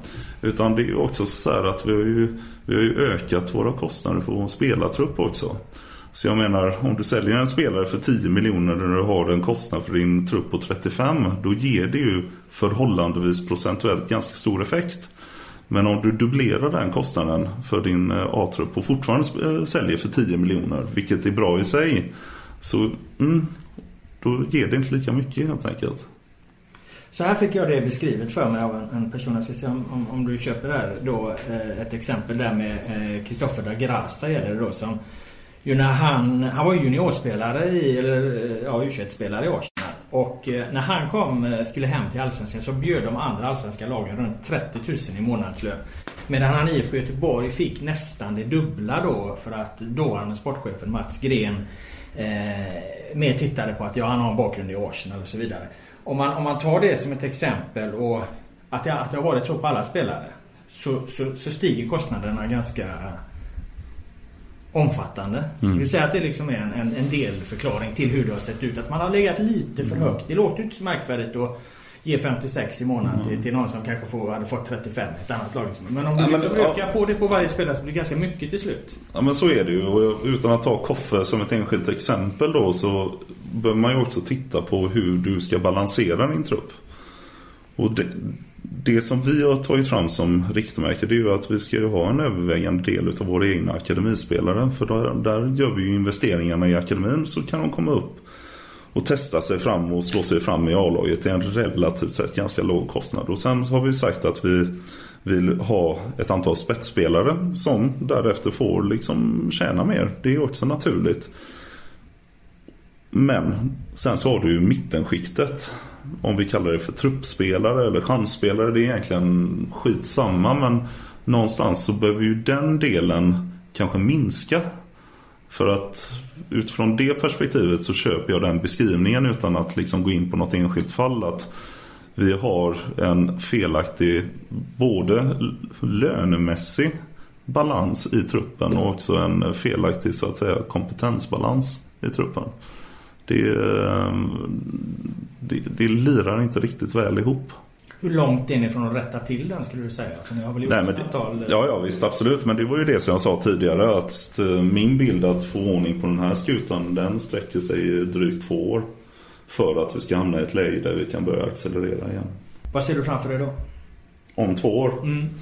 Utan det är ju också så här att vi har ju ökat våra kostnader för vår spelartrupp också. Så jag menar, om du säljer en spelare för 10 miljoner när du har en kostnad för din trupp på 35, då ger det ju förhållandevis procentuellt ganska stor effekt. Men om du dubblerar den kostnaden för din A-trupp och fortfarande säljer för 10 miljoner, vilket är bra i sig, så då ger det inte lika mycket helt enkelt. Så här fick jag det beskrivet för mig av en person. Jag ska se om du köper det här då, ett exempel där med Kristoffer da Graça gäller det då, som ju när han var juniorspelare U21-spelare i Arsenal, och när han skulle hem till Allsvenskan så bjöd de andra allsvenska lagen runt 30 000 i månadslön, medan han i IFK Göteborg fick nästan det dubbla då, för att dåvarande sportchefen Mats Gren mer tittade på att han har en bakgrund i Arsenal och så vidare. Om man tar det som ett exempel, och att det har varit så på alla spelare, så stiger kostnaderna ganska omfattande. Så vi säger att det liksom är en delförklaring till hur det har sett ut. Att man har legat lite för högt. Det låter inte så märkvärdigt att ge 56 i månaden till någon som kanske hade fått 35 ett annat lag. Men om du ökar på det på varje spelare så blir det ganska mycket till slut. Ja, men så är det ju. Och utan att ta Koffe som ett enskilt exempel då, så bör man ju också titta på hur du ska balansera din trupp. Och det som vi har tagit fram som riktmärke, det är ju att vi ska ju ha en övervägande del av våra egna akademispelare. För där gör vi ju investeringarna i akademin, så kan de komma upp och testa sig fram och slå sig fram i A-laget till en relativt sett ganska låg kostnad. Och sen har vi sagt att vi vill ha ett antal spetsspelare som därefter får liksom tjäna mer. Det är också naturligt. Men sen så har du ju mittenskiktet, om vi kallar det för truppspelare eller chansspelare, det är egentligen skitsamma, men någonstans så behöver ju den delen kanske minska. För att utifrån det perspektivet så köper jag den beskrivningen, utan att liksom gå in på något enskilt fall, att vi har en felaktig både lönemässig balans i truppen och också en felaktig så att säga kompetensbalans i truppen. Det lirar inte riktigt väl ihop. Hur långt är ni från att rätta till den, skulle du säga? För ni har väl gjort ett antal... Ja, visst, absolut. Men det var ju det som jag sa tidigare, att min bild att få ordning på den här skutan, den sträcker sig drygt 2 år för att vi ska hamna i ett läge där vi kan börja accelerera igen. Vad ser du framför dig då? Om 2 år?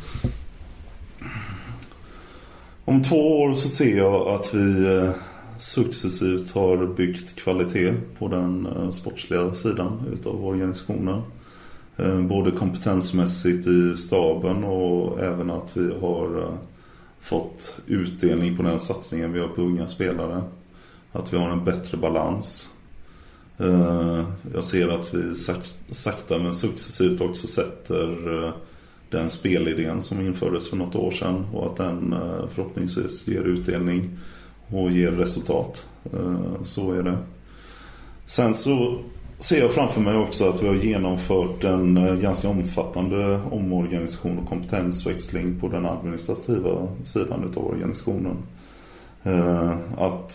Om 2 år så ser jag att vi successivt har byggt kvalitet på den sportsliga sidan utav organisationen. Både kompetensmässigt i staben och även att vi har fått utdelning på den satsningen vi har på unga spelare. Att vi har en bättre balans. Jag ser att vi sakta men successivt också sätter den spelidén som infördes för något år sedan, och att den förhoppningsvis ger utdelning och ger resultat. Så är det. Sen så ser jag framför mig också att vi har genomfört en ganska omfattande omorganisation och kompetensväxling på den administrativa sidan utav organisationen. Att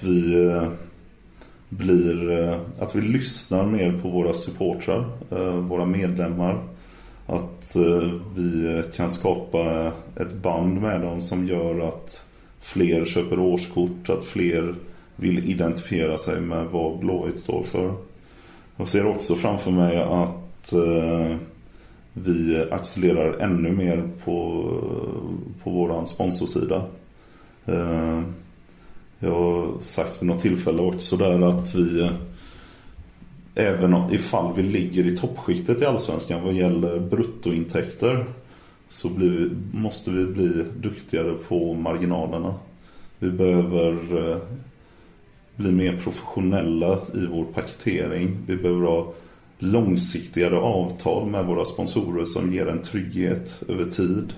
vi lyssnar mer på våra supportrar, våra medlemmar. Att vi kan skapa ett band med dem som gör att fler köper årskort, att fler vill identifiera sig med vad Blåvitt står för. Jag ser också framför mig att vi accelererar ännu mer på våran sponsorsida. Jag har sagt vid något tillfälle också där att vi, även ifall vi ligger i toppskiktet i Allsvenskan vad gäller bruttointäkter, så måste vi bli duktigare på marginalerna. Vi behöver bli mer professionella i vår paketering. Vi behöver ha långsiktigare avtal med våra sponsorer som ger en trygghet över tid.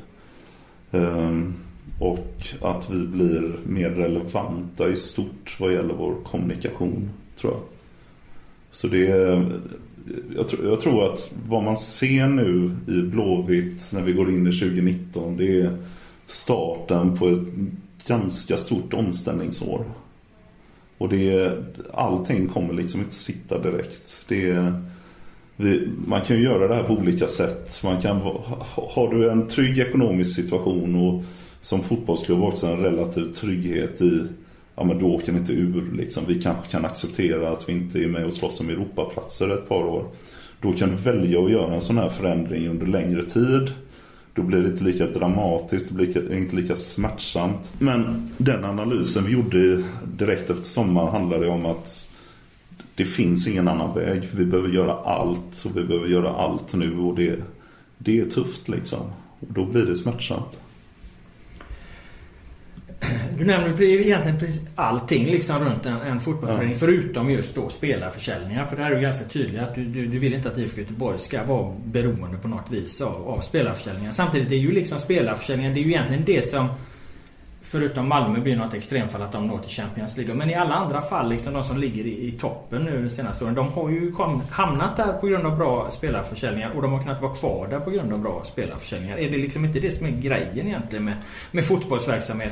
Och att vi blir mer relevanta i stort vad gäller vår kommunikation, tror jag. Så jag tror att vad man ser nu i Blåvitt när vi går in i 2019, det är starten på ett ganska stort omställningsår. Och allting kommer liksom inte sitta direkt. man kan ju göra det här på olika sätt. Har du en trygg ekonomisk situation och som fotbollsklubb också en relativ trygghet i, ja men då åker ni inte ur liksom. Vi kanske kan acceptera att vi inte är med och slåss om Europaplatser ett par år. Då kan du välja att göra en sån här förändring under längre tid. Då blir det inte lika dramatiskt, det blir inte lika smärtsamt. Men den analysen vi gjorde direkt efter sommaren handlade om att det finns ingen annan väg. Vi behöver göra allt och vi behöver göra allt nu och det är tufft liksom. Och då blir det smärtsamt. Du nämner egentligen allting liksom runt en fotbollsförening förutom just då spelarförsäljningar. För det är ju ganska tydligt att du vill inte att IFK Göteborg ska vara beroende på något vis av spelarförsäljningar. Samtidigt är ju liksom spelarförsäljningar, det är ju egentligen det som förutom Malmö blir något extremfall att de når till Champions League. Men i alla andra fall, liksom de som ligger i toppen nu de senaste åren, de har ju hamnat där på grund av bra spelarförsäljningar och de har kunnat vara kvar där på grund av bra spelarförsäljningar. Är det liksom inte det som är grejen egentligen med fotbollsverksamhet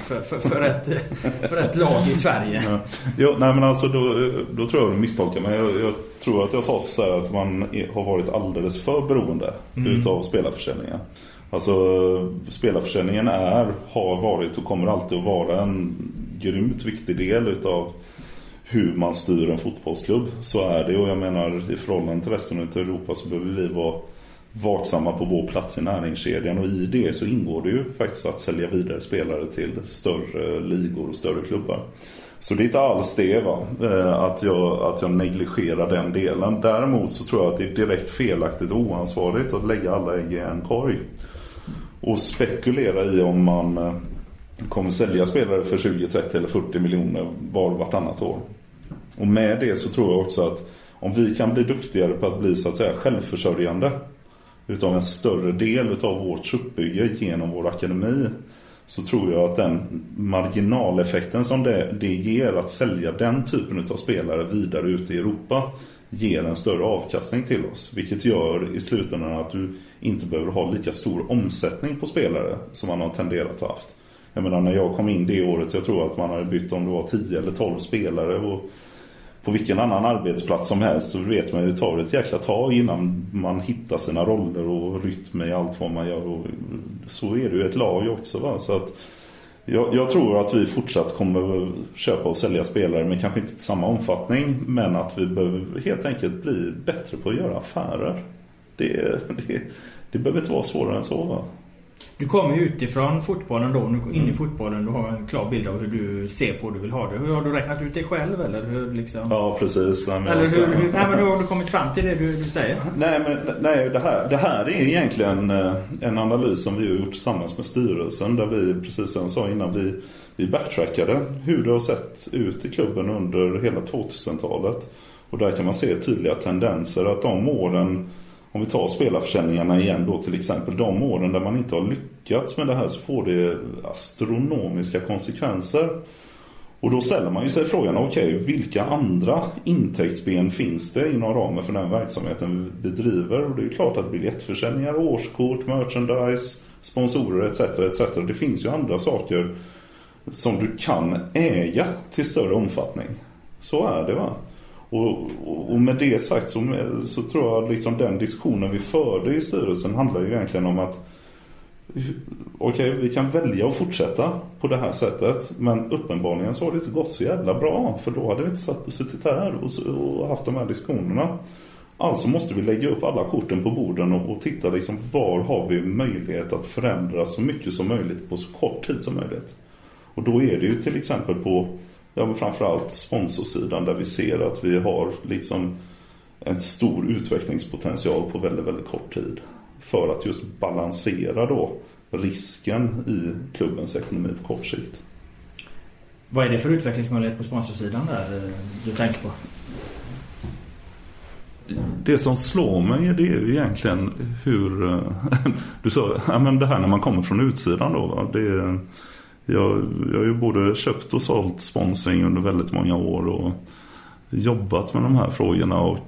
för ett lag i Sverige? Ja. Jo, nej men alltså då tror jag du misstolkar mig. Jag tror att jag sa så här att man har varit alldeles för beroende utav spelarförsäljningar. Alltså spelarförsäljningen har varit och kommer alltid att vara en grymt viktig del utav hur man styr en fotbollsklubb. Så är det, och jag menar i förhållande till resten av Europa så behöver vi vara vaksamma på vår plats i näringskedjan, och i det så ingår det ju faktiskt att sälja vidare spelare till större ligor och större klubbar. Så det är inte alls det att jag negligerar den delen. Däremot så tror jag att det är direkt felaktigt och oansvarigt att lägga alla ägg i en korg och spekulera i om man kommer sälja spelare för 20, 30 eller 40 miljoner vartannat år. Och med det så tror jag också att om vi kan bli duktigare på att bli så att säga självförsörjande utav en större del utav vårt truppbygge genom vår akademi, så tror jag att den marginaleffekten som det ger att sälja den typen av spelare vidare ut i Europa ger en större avkastning till oss. Vilket gör i slutändan att du inte behöver ha lika stor omsättning på spelare som man har tenderat att ha haft. Jag menar, när jag kom in det året, jag tror att man hade bytt om det var 10 eller 12 spelare, och på vilken annan arbetsplats som helst så vet man ju det tar ett jäkla tag innan man hittar sina roller och rytm i allt vad man gör, och så är det ju ett lag också va? Så att jag tror att vi fortsatt kommer köpa och sälja spelare, men kanske inte i samma omfattning, men att vi behöver helt enkelt bli bättre på att göra affärer. Det behöver inte vara svårare än så va? Du kommer ju utifrån fotbollen då, nu in i fotbollen, du har en klar bild av hur du ser på hur du vill ha det. Hur har du räknat ut det själv eller hur liksom? Ja, precis. Eller hur har du kommit fram till det du säger? Nej, det här är egentligen en analys som vi har gjort tillsammans med styrelsen, där vi, precis som jag sa innan, vi backtrackade hur det har sett ut i klubben under hela 2000-talet. Och där kan man se tydliga tendenser att de åren, om vi tar spelarförsäljningarna igen då till exempel, de åren där man inte har lyckats med det här, så får det astronomiska konsekvenser. Och då ställer man ju sig frågan, okej, vilka andra intäktsben finns det inom ramen för den verksamheten vi bedriver? Och det är ju klart att biljettförsäljningar, årskort, merchandise, sponsorer etc. Det finns ju andra saker som du kan äga till större omfattning. Så är det va? Och med det sagt så tror jag liksom den diskussionen vi förde i styrelsen handlar ju egentligen om att okej, vi kan välja att fortsätta på det här sättet, men uppenbarligen så har det inte gått så jävla bra, för då hade vi inte suttit här och haft de här diskussionerna. Alltså måste vi lägga upp alla korten på borden och titta liksom, var har vi möjlighet att förändra så mycket som möjligt på så kort tid som möjligt. Och då är det ju till exempel på framförallt sponsorsidan, där vi ser att vi har liksom en stor utvecklingspotential på väldigt, väldigt kort tid för att just balansera då risken i klubbens ekonomi på kort sikt. Vad är det för utvecklingsmöjlighet på sponsorsidan där du tänker på? Det som slår mig, det är ju egentligen hur du sa, ja, men det här när man kommer från utsidan då va? Jag har ju både köpt och sålt sponsring under väldigt många år och jobbat med de här frågorna, och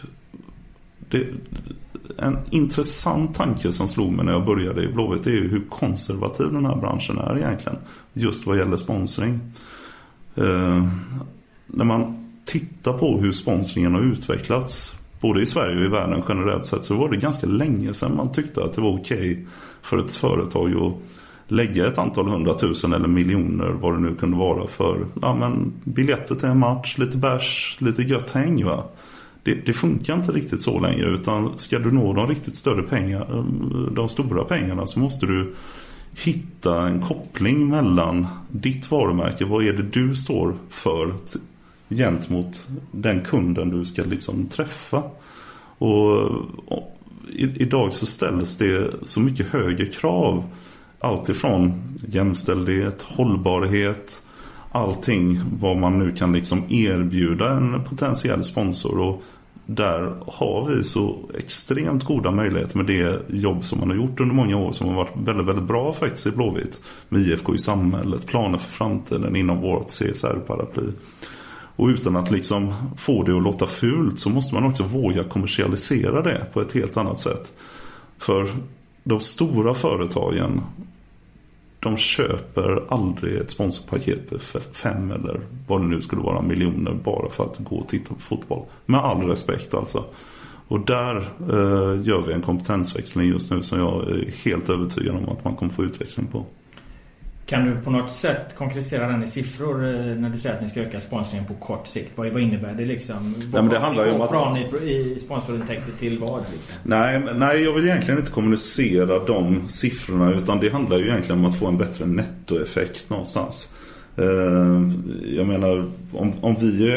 en intressant tanke som slog mig när jag började i Blåvitt är ju hur konservativ den här branschen är egentligen, just vad gäller sponsring. När man tittar på hur sponsringen har utvecklats både i Sverige och i världen generellt sett, så var det ganska länge sedan man tyckte att det var okej för ett företag att lägga ett antal 100 000 eller miljoner, vad det nu kunde vara, för biljetter till en match, lite bärs, lite gött häng, va? Det funkar inte riktigt så längre, utan ska du nå de riktigt större pengar, de stora pengarna, så måste du hitta en koppling mellan ditt varumärke, vad är det du står för gentemot den kunden du ska liksom träffa. Och idag så ställs det så mycket högre krav, allt ifrån jämställdhet, hållbarhet, allting vad man nu kan liksom erbjuda en potentiell sponsor. Och där har vi så extremt goda möjligheter med det jobb som man har gjort under många år, som har varit väldigt, väldigt bra faktiskt i Blåvitt, med IFK i samhället, planer för framtiden inom vårt CSR-paraply. Och utan att liksom få det att låta fult, så måste man också våga kommersialisera det på ett helt annat sätt. För de stora företagen, de köper aldrig ett sponsorpaket för 5 eller vad det nu skulle vara miljoner bara för att gå och titta på fotboll. Med all respekt alltså. Och där gör vi en kompetensväxling just nu som jag är helt övertygad om att man kommer få utväxling på. Kan du på något sätt konkretisera den i siffror när du säger att ni ska öka sponsringen på kort sikt? Vad innebär det liksom? Nej, men det handlar ju om att från i sponsorintäkter till vad liksom? Nej, jag vill egentligen inte kommunicera de siffrorna, utan det handlar ju egentligen om att få en bättre nettoeffekt någonstans. Jag menar, om vi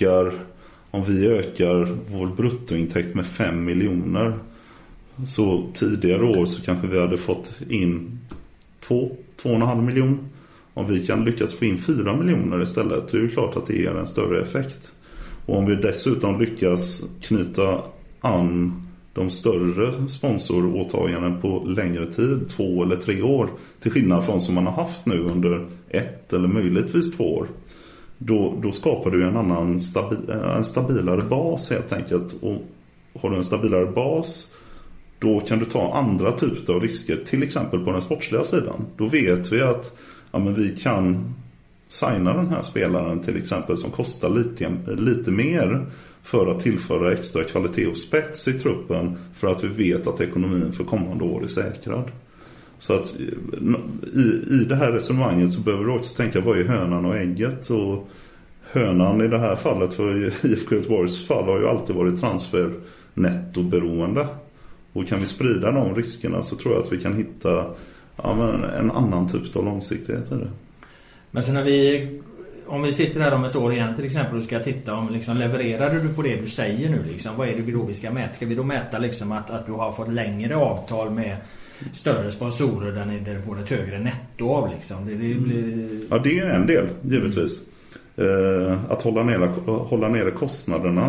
ökar vår bruttointäkt med 5 miljoner, så tidigare år så kanske vi hade fått in 2,5 miljoner. Om vi kan lyckas få in 4 miljoner istället, det är ju klart att det ger en större effekt. Och om vi dessutom lyckas knyta an de större sponsoråtaganden på längre tid, 2 eller 3 år, till skillnad från som man har haft nu under 1 eller möjligtvis 2 år, då skapar du en stabilare bas helt enkelt. Och har du en stabilare bas, då kan du ta andra typer av risker, till exempel på den sportsliga sidan. Då vet vi att vi kan signa den här spelaren till exempel som kostar lite mer för att tillföra extra kvalitet och spets i truppen, för att vi vet att ekonomin för kommande år är säkrad. Så att i det här resonemanget så behöver du också tänka, vad är hönan och ägget? Och hönan i det här fallet, för IFK Göteborgs fall, har ju alltid varit transfernettoberoende. Och kan vi sprida de riskerna, så tror jag att vi kan hitta en annan typ av långsiktighet i det. Men så om vi sitter här om ett år igen till exempel och ska titta om liksom, levererar du på det du säger nu liksom, vad är det då vi ska mäta? Ska vi då mäta liksom att du har fått längre avtal med större sponsorer där ni får ett högre netto av liksom? Ja, det är en del givetvis. Att hålla nere kostnaderna,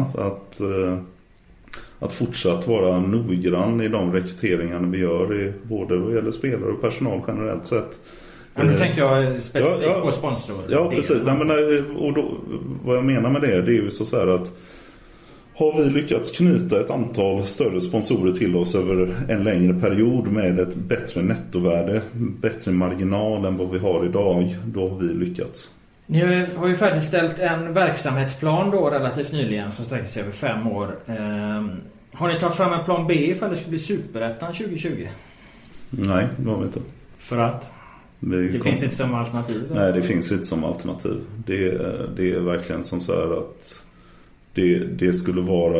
att fortsatt vara noggrann i de rekryteringarna vi gör, både vad gäller spelare och personal generellt sett. Ja, nu tänker jag specifikt på sponsor. Ja, precis. Och då, vad jag menar med det är ju så här att har vi lyckats knyta ett antal större sponsorer till oss över en längre period med ett bättre nettovärde, bättre marginal än vad vi har idag, då har vi lyckats. Ni har ju färdigställt en verksamhetsplan då relativt nyligen som sträcker sig över 5 år. Har ni tagit fram en plan B ifall det ska bli Superettan 2020? Nej, det har vi inte. För att? Det finns inte som alternativ? Då? Nej, det finns inte som alternativ. Det är verkligen som så här att det skulle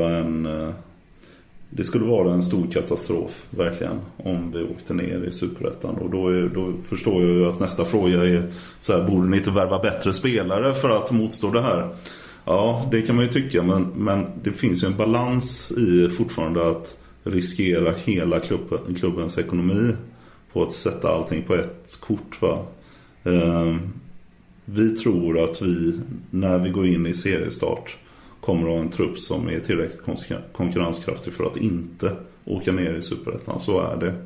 vara en stor katastrof verkligen om vi åkte ner i Superettan. Och då förstår jag ju att nästa fråga är så här, borde ni inte värva bättre spelare för att motstå det här? Ja, det kan man ju tycka, men det finns ju en balans i fortfarande att riskera hela klubbens ekonomi på att sätta allting på ett kort, va? Vi tror att vi, när vi går in i seriestart, kommer att ha en trupp som är tillräckligt konkurrenskraftig för att inte åka ner i Superettan. Så är det.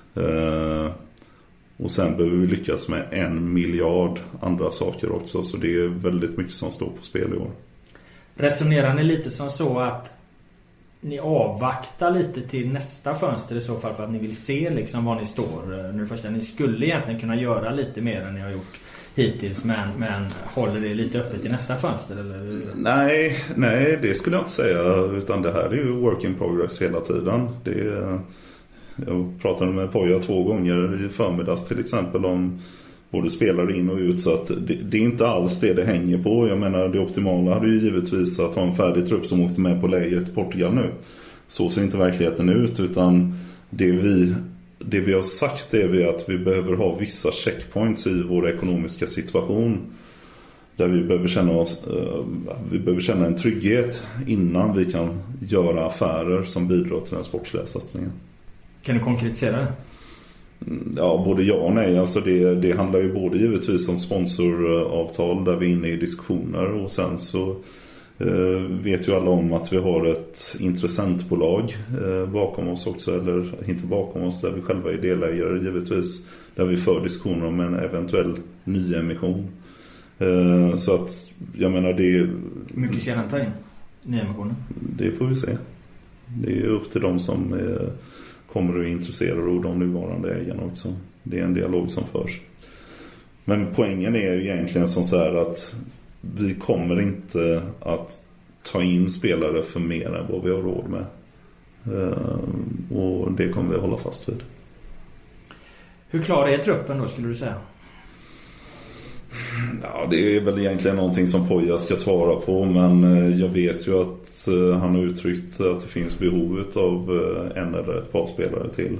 Och sen behöver vi lyckas med 1 miljard andra saker också. Så det är väldigt mycket som står på spel i år. Resonerar ni lite som så att ni avvaktar lite till nästa fönster i så fall för att ni vill se liksom var ni står. Nu först, ni skulle egentligen kunna göra lite mer än ni har gjort hittills, men håller det lite öppet i nästa fönster? Eller? Nej, det skulle jag inte säga, utan det här är ju work in progress hela tiden. Jag pratade med Poja 2 gånger i förmiddags till exempel om både spelare in och ut, så att det är inte alls det hänger på. Jag menar, det optimala hade ju givetvis att ha en färdig trupp som åkte med på läger till Portugal nu. Så ser inte verkligheten ut, utan det vi har sagt är att vi behöver ha vissa checkpoints i vår ekonomiska situation där vi behöver känna en trygghet innan vi kan göra affärer som bidrar till den sportsliga satsningen. Kan du konkretisera det? Ja, både ja och nej. Alltså det handlar ju både givetvis om sponsoravtal där vi är inne i diskussioner, och sen så vet ju alla om att vi har ett intressentbolag bakom oss också, eller inte bakom oss, där vi själva är delägare givetvis, där vi för diskussioner om en eventuell nyemission. Så att jag menar det. Hur mycket ska den ta in nyemissionen? Det får vi se. Det är upp till de som kommer att vara intresserade och de nuvarande ägarna också. Det är en dialog som förs. Men poängen är ju egentligen som så här att vi kommer inte att ta in spelare för mer än vad vi har råd med. Och det kommer vi hålla fast vid. Hur klar är truppen då, skulle du säga? Ja, det är väl egentligen någonting som Poja ska svara på, men jag vet ju att han har uttryckt att det finns behov av en eller ett par spelare till.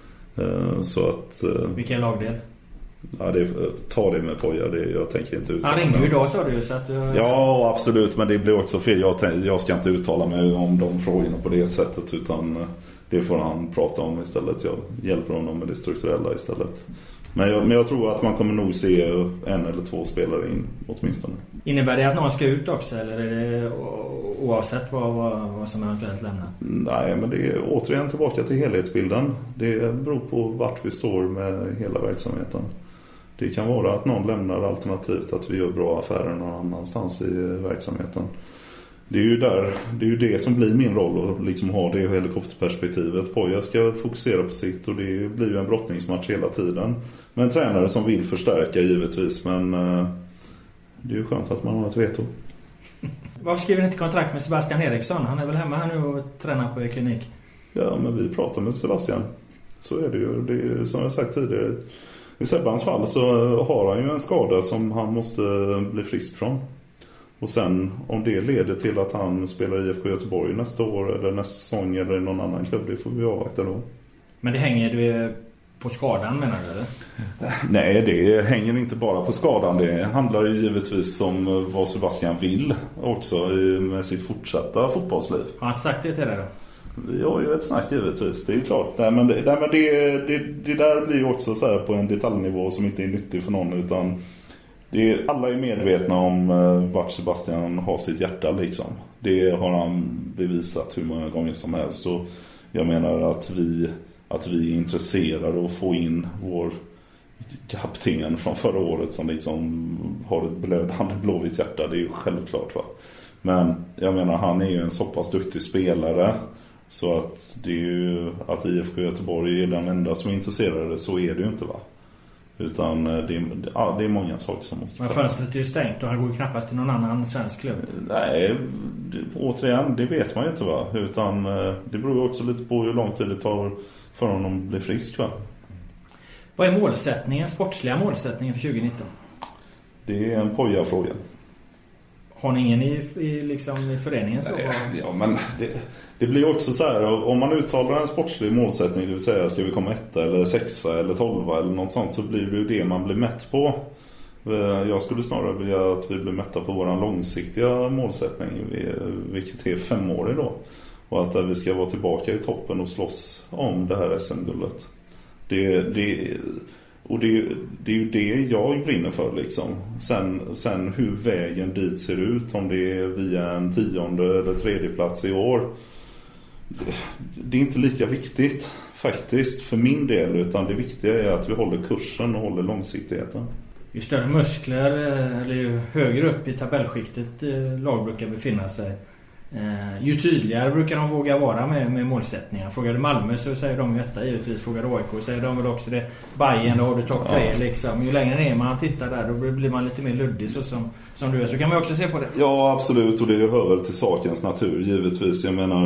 Så att... Vilken lagdel? Ja, ta det med Poja, jag tänker inte uttala. Han ringde ju idag, sa du, så att du... Ja, absolut, men det blir också fel. Jag ska inte uttala mig om de frågorna på det sättet, utan det får han prata om istället. Jag hjälper honom med det strukturella istället. Men jag tror att man kommer nog se en eller två spelare in åtminstone. Innebär det att någon ska ut också, eller är det oavsett vad som eventuellt lämnar? Nej, men det är återigen tillbaka till helhetsbilden. Det beror på vart vi står med hela verksamheten. Det kan vara att någon lämnar, alternativt att vi gör bra affärer någon annanstans i verksamheten. Det är ju det som blir min roll, att liksom ha det helikopterperspektivet. Poja ska fokusera på sitt, och det blir ju en brottningsmatch hela tiden. Men en tränare som vill förstärka givetvis, men det är ju skönt att man har ett veto. Varför skriver ni inte kontrakt med Sebastian Eriksson? Han är väl hemma här nu och tränar på klinik? Ja, men vi pratar med Sebastian. Så är det ju. Det är, som jag sagt tidigare, i Sebbans fall så har han ju en skada som han måste bli frisk från. Och sen om det leder till att han spelar i IFK Göteborg nästa år eller nästa säsong eller i någon annan klubb, det får vi avvakta då. Men det hänger du på skadan, menar du, eller? Nej, det hänger inte bara på skadan. Det handlar ju givetvis om vad Sebastian vill också med sitt fortsatta fotbollsliv. Har han sagt det till dig då? Vi har ju ett snack givetvis, det är klart. Nej, men det där blir ju också så här på en detaljnivå som inte är nyttig för någon, utan alla är medvetna om vart Sebastian har sitt hjärta liksom. Det har han bevisat hur många gånger som helst, och jag menar att vi är intresserade att få in vår kapten från förra året som liksom har ett blödande blåvitt hjärta, det är ju självklart, va. Men jag menar, han är ju en så pass duktig spelare, så att det är ju att IFK Göteborg är den enda som är intresserade, så är det ju inte, va. Utan det är många saker som måste... Men fönstret är ju stängt och han går ju knappast till någon annan svensk klubb. Nej, återigen, det vet man ju inte, va. Utan det beror ju också lite på hur lång tid det tar för honom att bli frisk, va. Vad är målsättningen, sportsliga målsättningen för 2019? Det är en Poja-fråga. Har ni ingen i föreningen så? Ja, men det blir också så här, om man uttalar en sportslig målsättning, det vill säga ska vi komma 1 eller 6 eller 12 eller något sånt, så blir det ju det man blir mätt på. Jag skulle snarare vilja att vi blir mätta på vår långsiktiga målsättning, vilket är 5-årig då. Och att vi ska vara tillbaka i toppen och slåss om det här SM-guldet. Det är ju det jag brinner för liksom. Sen hur vägen dit ser ut, om det är via en 10:e eller 3:e plats i år, det är inte lika viktigt faktiskt för min del, utan det viktiga är att vi håller kursen och håller långsiktigheten. Ju större muskler eller ju högre upp i tabellskiktet lag brukar befinna sig, ju tydligare brukar de våga vara med målsättningar. Frågar du Malmö så säger de ju detta givetvis. Frågar du AIK säger de väl också det. Bayern, då har du topp 3 liksom. Ju längre ner man tittar där då blir man lite mer luddig så som du är. Så kan man också se på det. Ja, absolut, och det hör väl till sakens natur givetvis. Jag menar,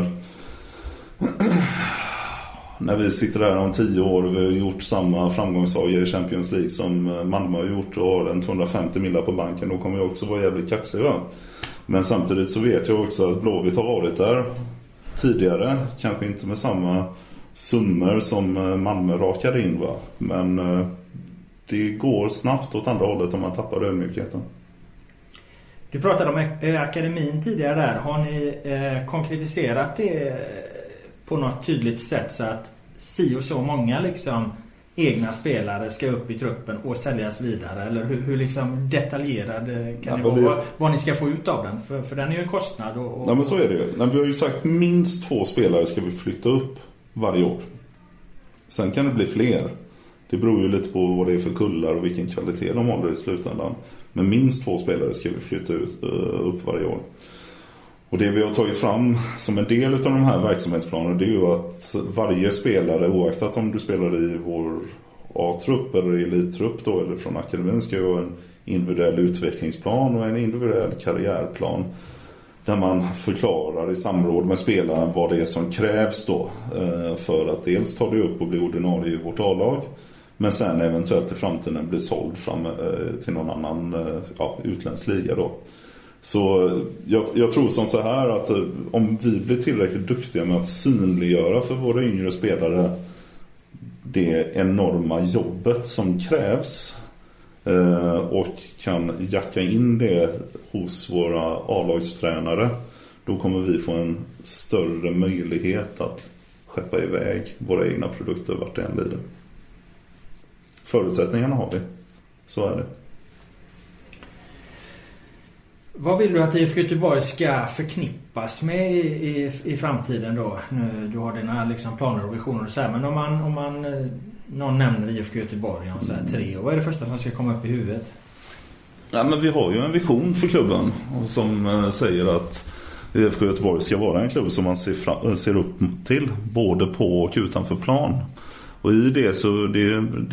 när vi sitter där om 10 år och vi har gjort samma framgångssaga i Champions League som Malmö har gjort och har en 250 miljoner på banken, då kommer jag också vara jävligt kaxig, va? Men samtidigt så vet jag också att Blåvitt har varit där tidigare, kanske inte med samma summor som Malmö rakade in, va? Men det går snabbt åt andra hållet om man tappar ödmjukheten. Du pratade om akademin tidigare där. Har ni konkretiserat det på något tydligt sätt så att si och så många liksom egna spelare ska upp i truppen och säljas vidare? Eller hur liksom detaljerad kan det vara vad ni ska få ut av den? För den är ju en kostnad. Nej, men så är det ju. Vi har ju sagt minst 2 spelare ska vi flytta upp varje år. Sen kan det bli fler. Det beror ju lite på vad det är för kullar och vilken kvalitet de håller i slutändan. Men minst 2 spelare ska vi flytta upp varje år. Och det vi har tagit fram som en del av de här verksamhetsplanerna, det är ju att varje spelare, oaktat om du spelar i vår A-trupp eller elittrupp då, eller från akademin, ska ju ha en individuell utvecklingsplan och en individuell karriärplan. Där man förklarar i samråd med spelaren vad det är som krävs då för att dels ta dig upp och bli ordinarie i vårt A-lag. Men sen eventuellt i framtiden bli såld fram till någon annan utländsk liga då. Så jag tror som så här att om vi blir tillräckligt duktiga med att synliggöra för våra yngre spelare det enorma jobbet som krävs och kan jacka in det hos våra A-lagstränare, då kommer vi få en större möjlighet att skeppa iväg våra egna produkter vart det än lider. Förutsättningarna har vi. Så är det. Vad vill du att IFK Göteborg ska förknippas med i framtiden då? Du har dina liksom planer och visioner och så här, men om man någon nämner IFK Göteborg om så här 3 år, vad är det första som ska komma upp i huvudet? Ja, men vi har ju en vision för klubben som säger att IFK Göteborg ska vara en klubb som man ser upp till både på och utanför plan. Och i det så det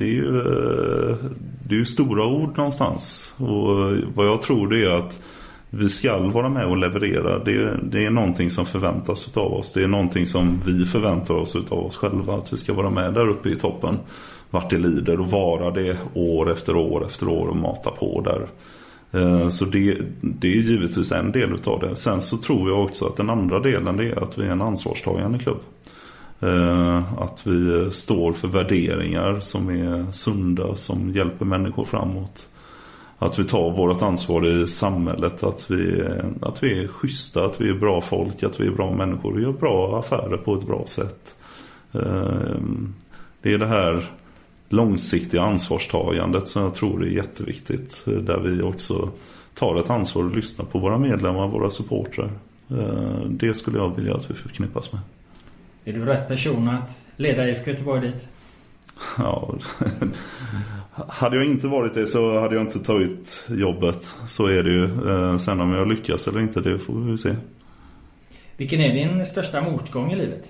är ju stora ord någonstans. Och vad jag tror det är att vi ska vara med och leverera. Det är någonting som förväntas av oss. Det är någonting som vi förväntar oss av oss själva. Att vi ska vara med där uppe i toppen vart det lider och vara det år efter år efter år och mata på där. Så det är givetvis en del av det. Sen så tror jag också att den andra delen det är att vi är en ansvarstagande klubb. Att vi står för värderingar som är sunda, som hjälper människor framåt. Att vi tar vårt ansvar i samhället, att vi är schyssta, att vi är bra folk, att vi är bra människor. Vi gör bra affärer på ett bra sätt. Det är det här långsiktiga ansvarstagandet som jag tror är jätteviktigt. Där vi också tar ett ansvar och lyssnar på våra medlemmar, våra supportrar. Det skulle jag vilja att vi förknippas med. Är du rätt person att leda IFK Göteborg dit? Ja, hade jag inte varit det så hade jag inte tagit jobbet. Så är det ju. Sen om jag lyckas eller inte, det får vi se. Vilken är din största motgång i livet?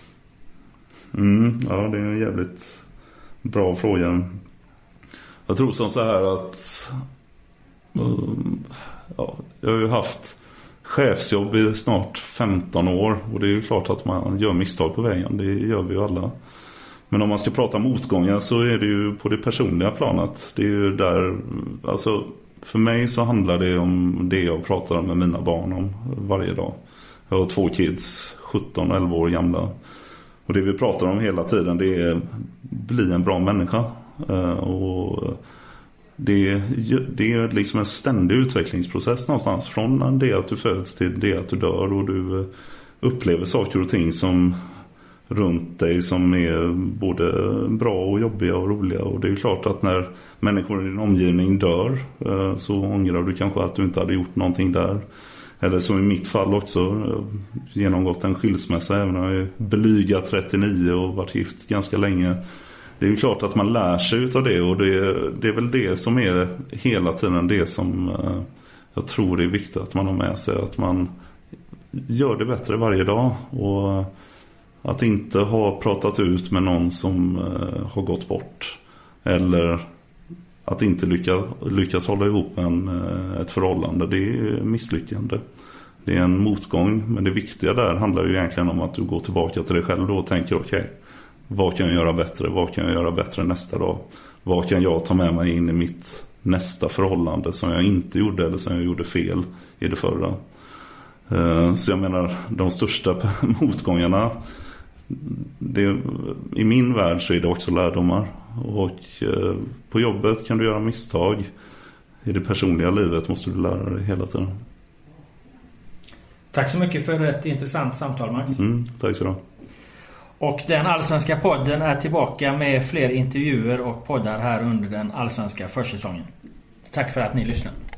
Ja, det är en jävligt bra fråga. Jag tror som så här att jag har ju haft chefsjobb i snart 15 år. Och det är ju klart att man gör misstag på vägen. Det gör vi ju alla. Men om man ska prata motgångar så är det ju på det personliga planet. Det är ju där, alltså för mig så handlar det om det jag pratar med mina barn om varje dag. Jag har 2 kids, 17 och 11 år gamla. Och det vi pratar om hela tiden det är bli en bra människa. Och det är liksom en ständig utvecklingsprocess någonstans. Från det att du föds till det att du dör och du upplever saker och ting som runt dig som är både bra och jobbiga och roliga. Och det är klart att när människor i din omgivning dör så ångrar du kanske att du inte hade gjort någonting där. Eller som i mitt fall också genomgått en skilsmässa även om jag är blyga 39 och varit gift ganska länge. Det är ju klart att man lär sig utav det och det är väl det som är hela tiden det som jag tror är viktigt att man har med sig. Att man gör det bättre varje dag. Och att inte ha pratat ut med någon som har gått bort. Eller att inte lyckas hålla ihop ett förhållande. Det är misslyckande. Det är en motgång. Men det viktiga där handlar ju egentligen om att du går tillbaka till dig själv då och tänker okej, vad kan jag göra bättre? Vad kan jag göra bättre nästa dag? Vad kan jag ta med mig in i mitt nästa förhållande som jag inte gjorde eller som jag gjorde fel i det förra? Så jag menar, de största motgångarna, i min värld så är det också lärdomar. Och på jobbet kan du göra misstag. I det personliga livet måste du lära dig hela tiden. Tack så mycket för ett intressant samtal, Max. Tack så du. Och den allsvenska podden är tillbaka med fler intervjuer och poddar här under den allsvenska försäsongen. Tack för att ni lyssnar.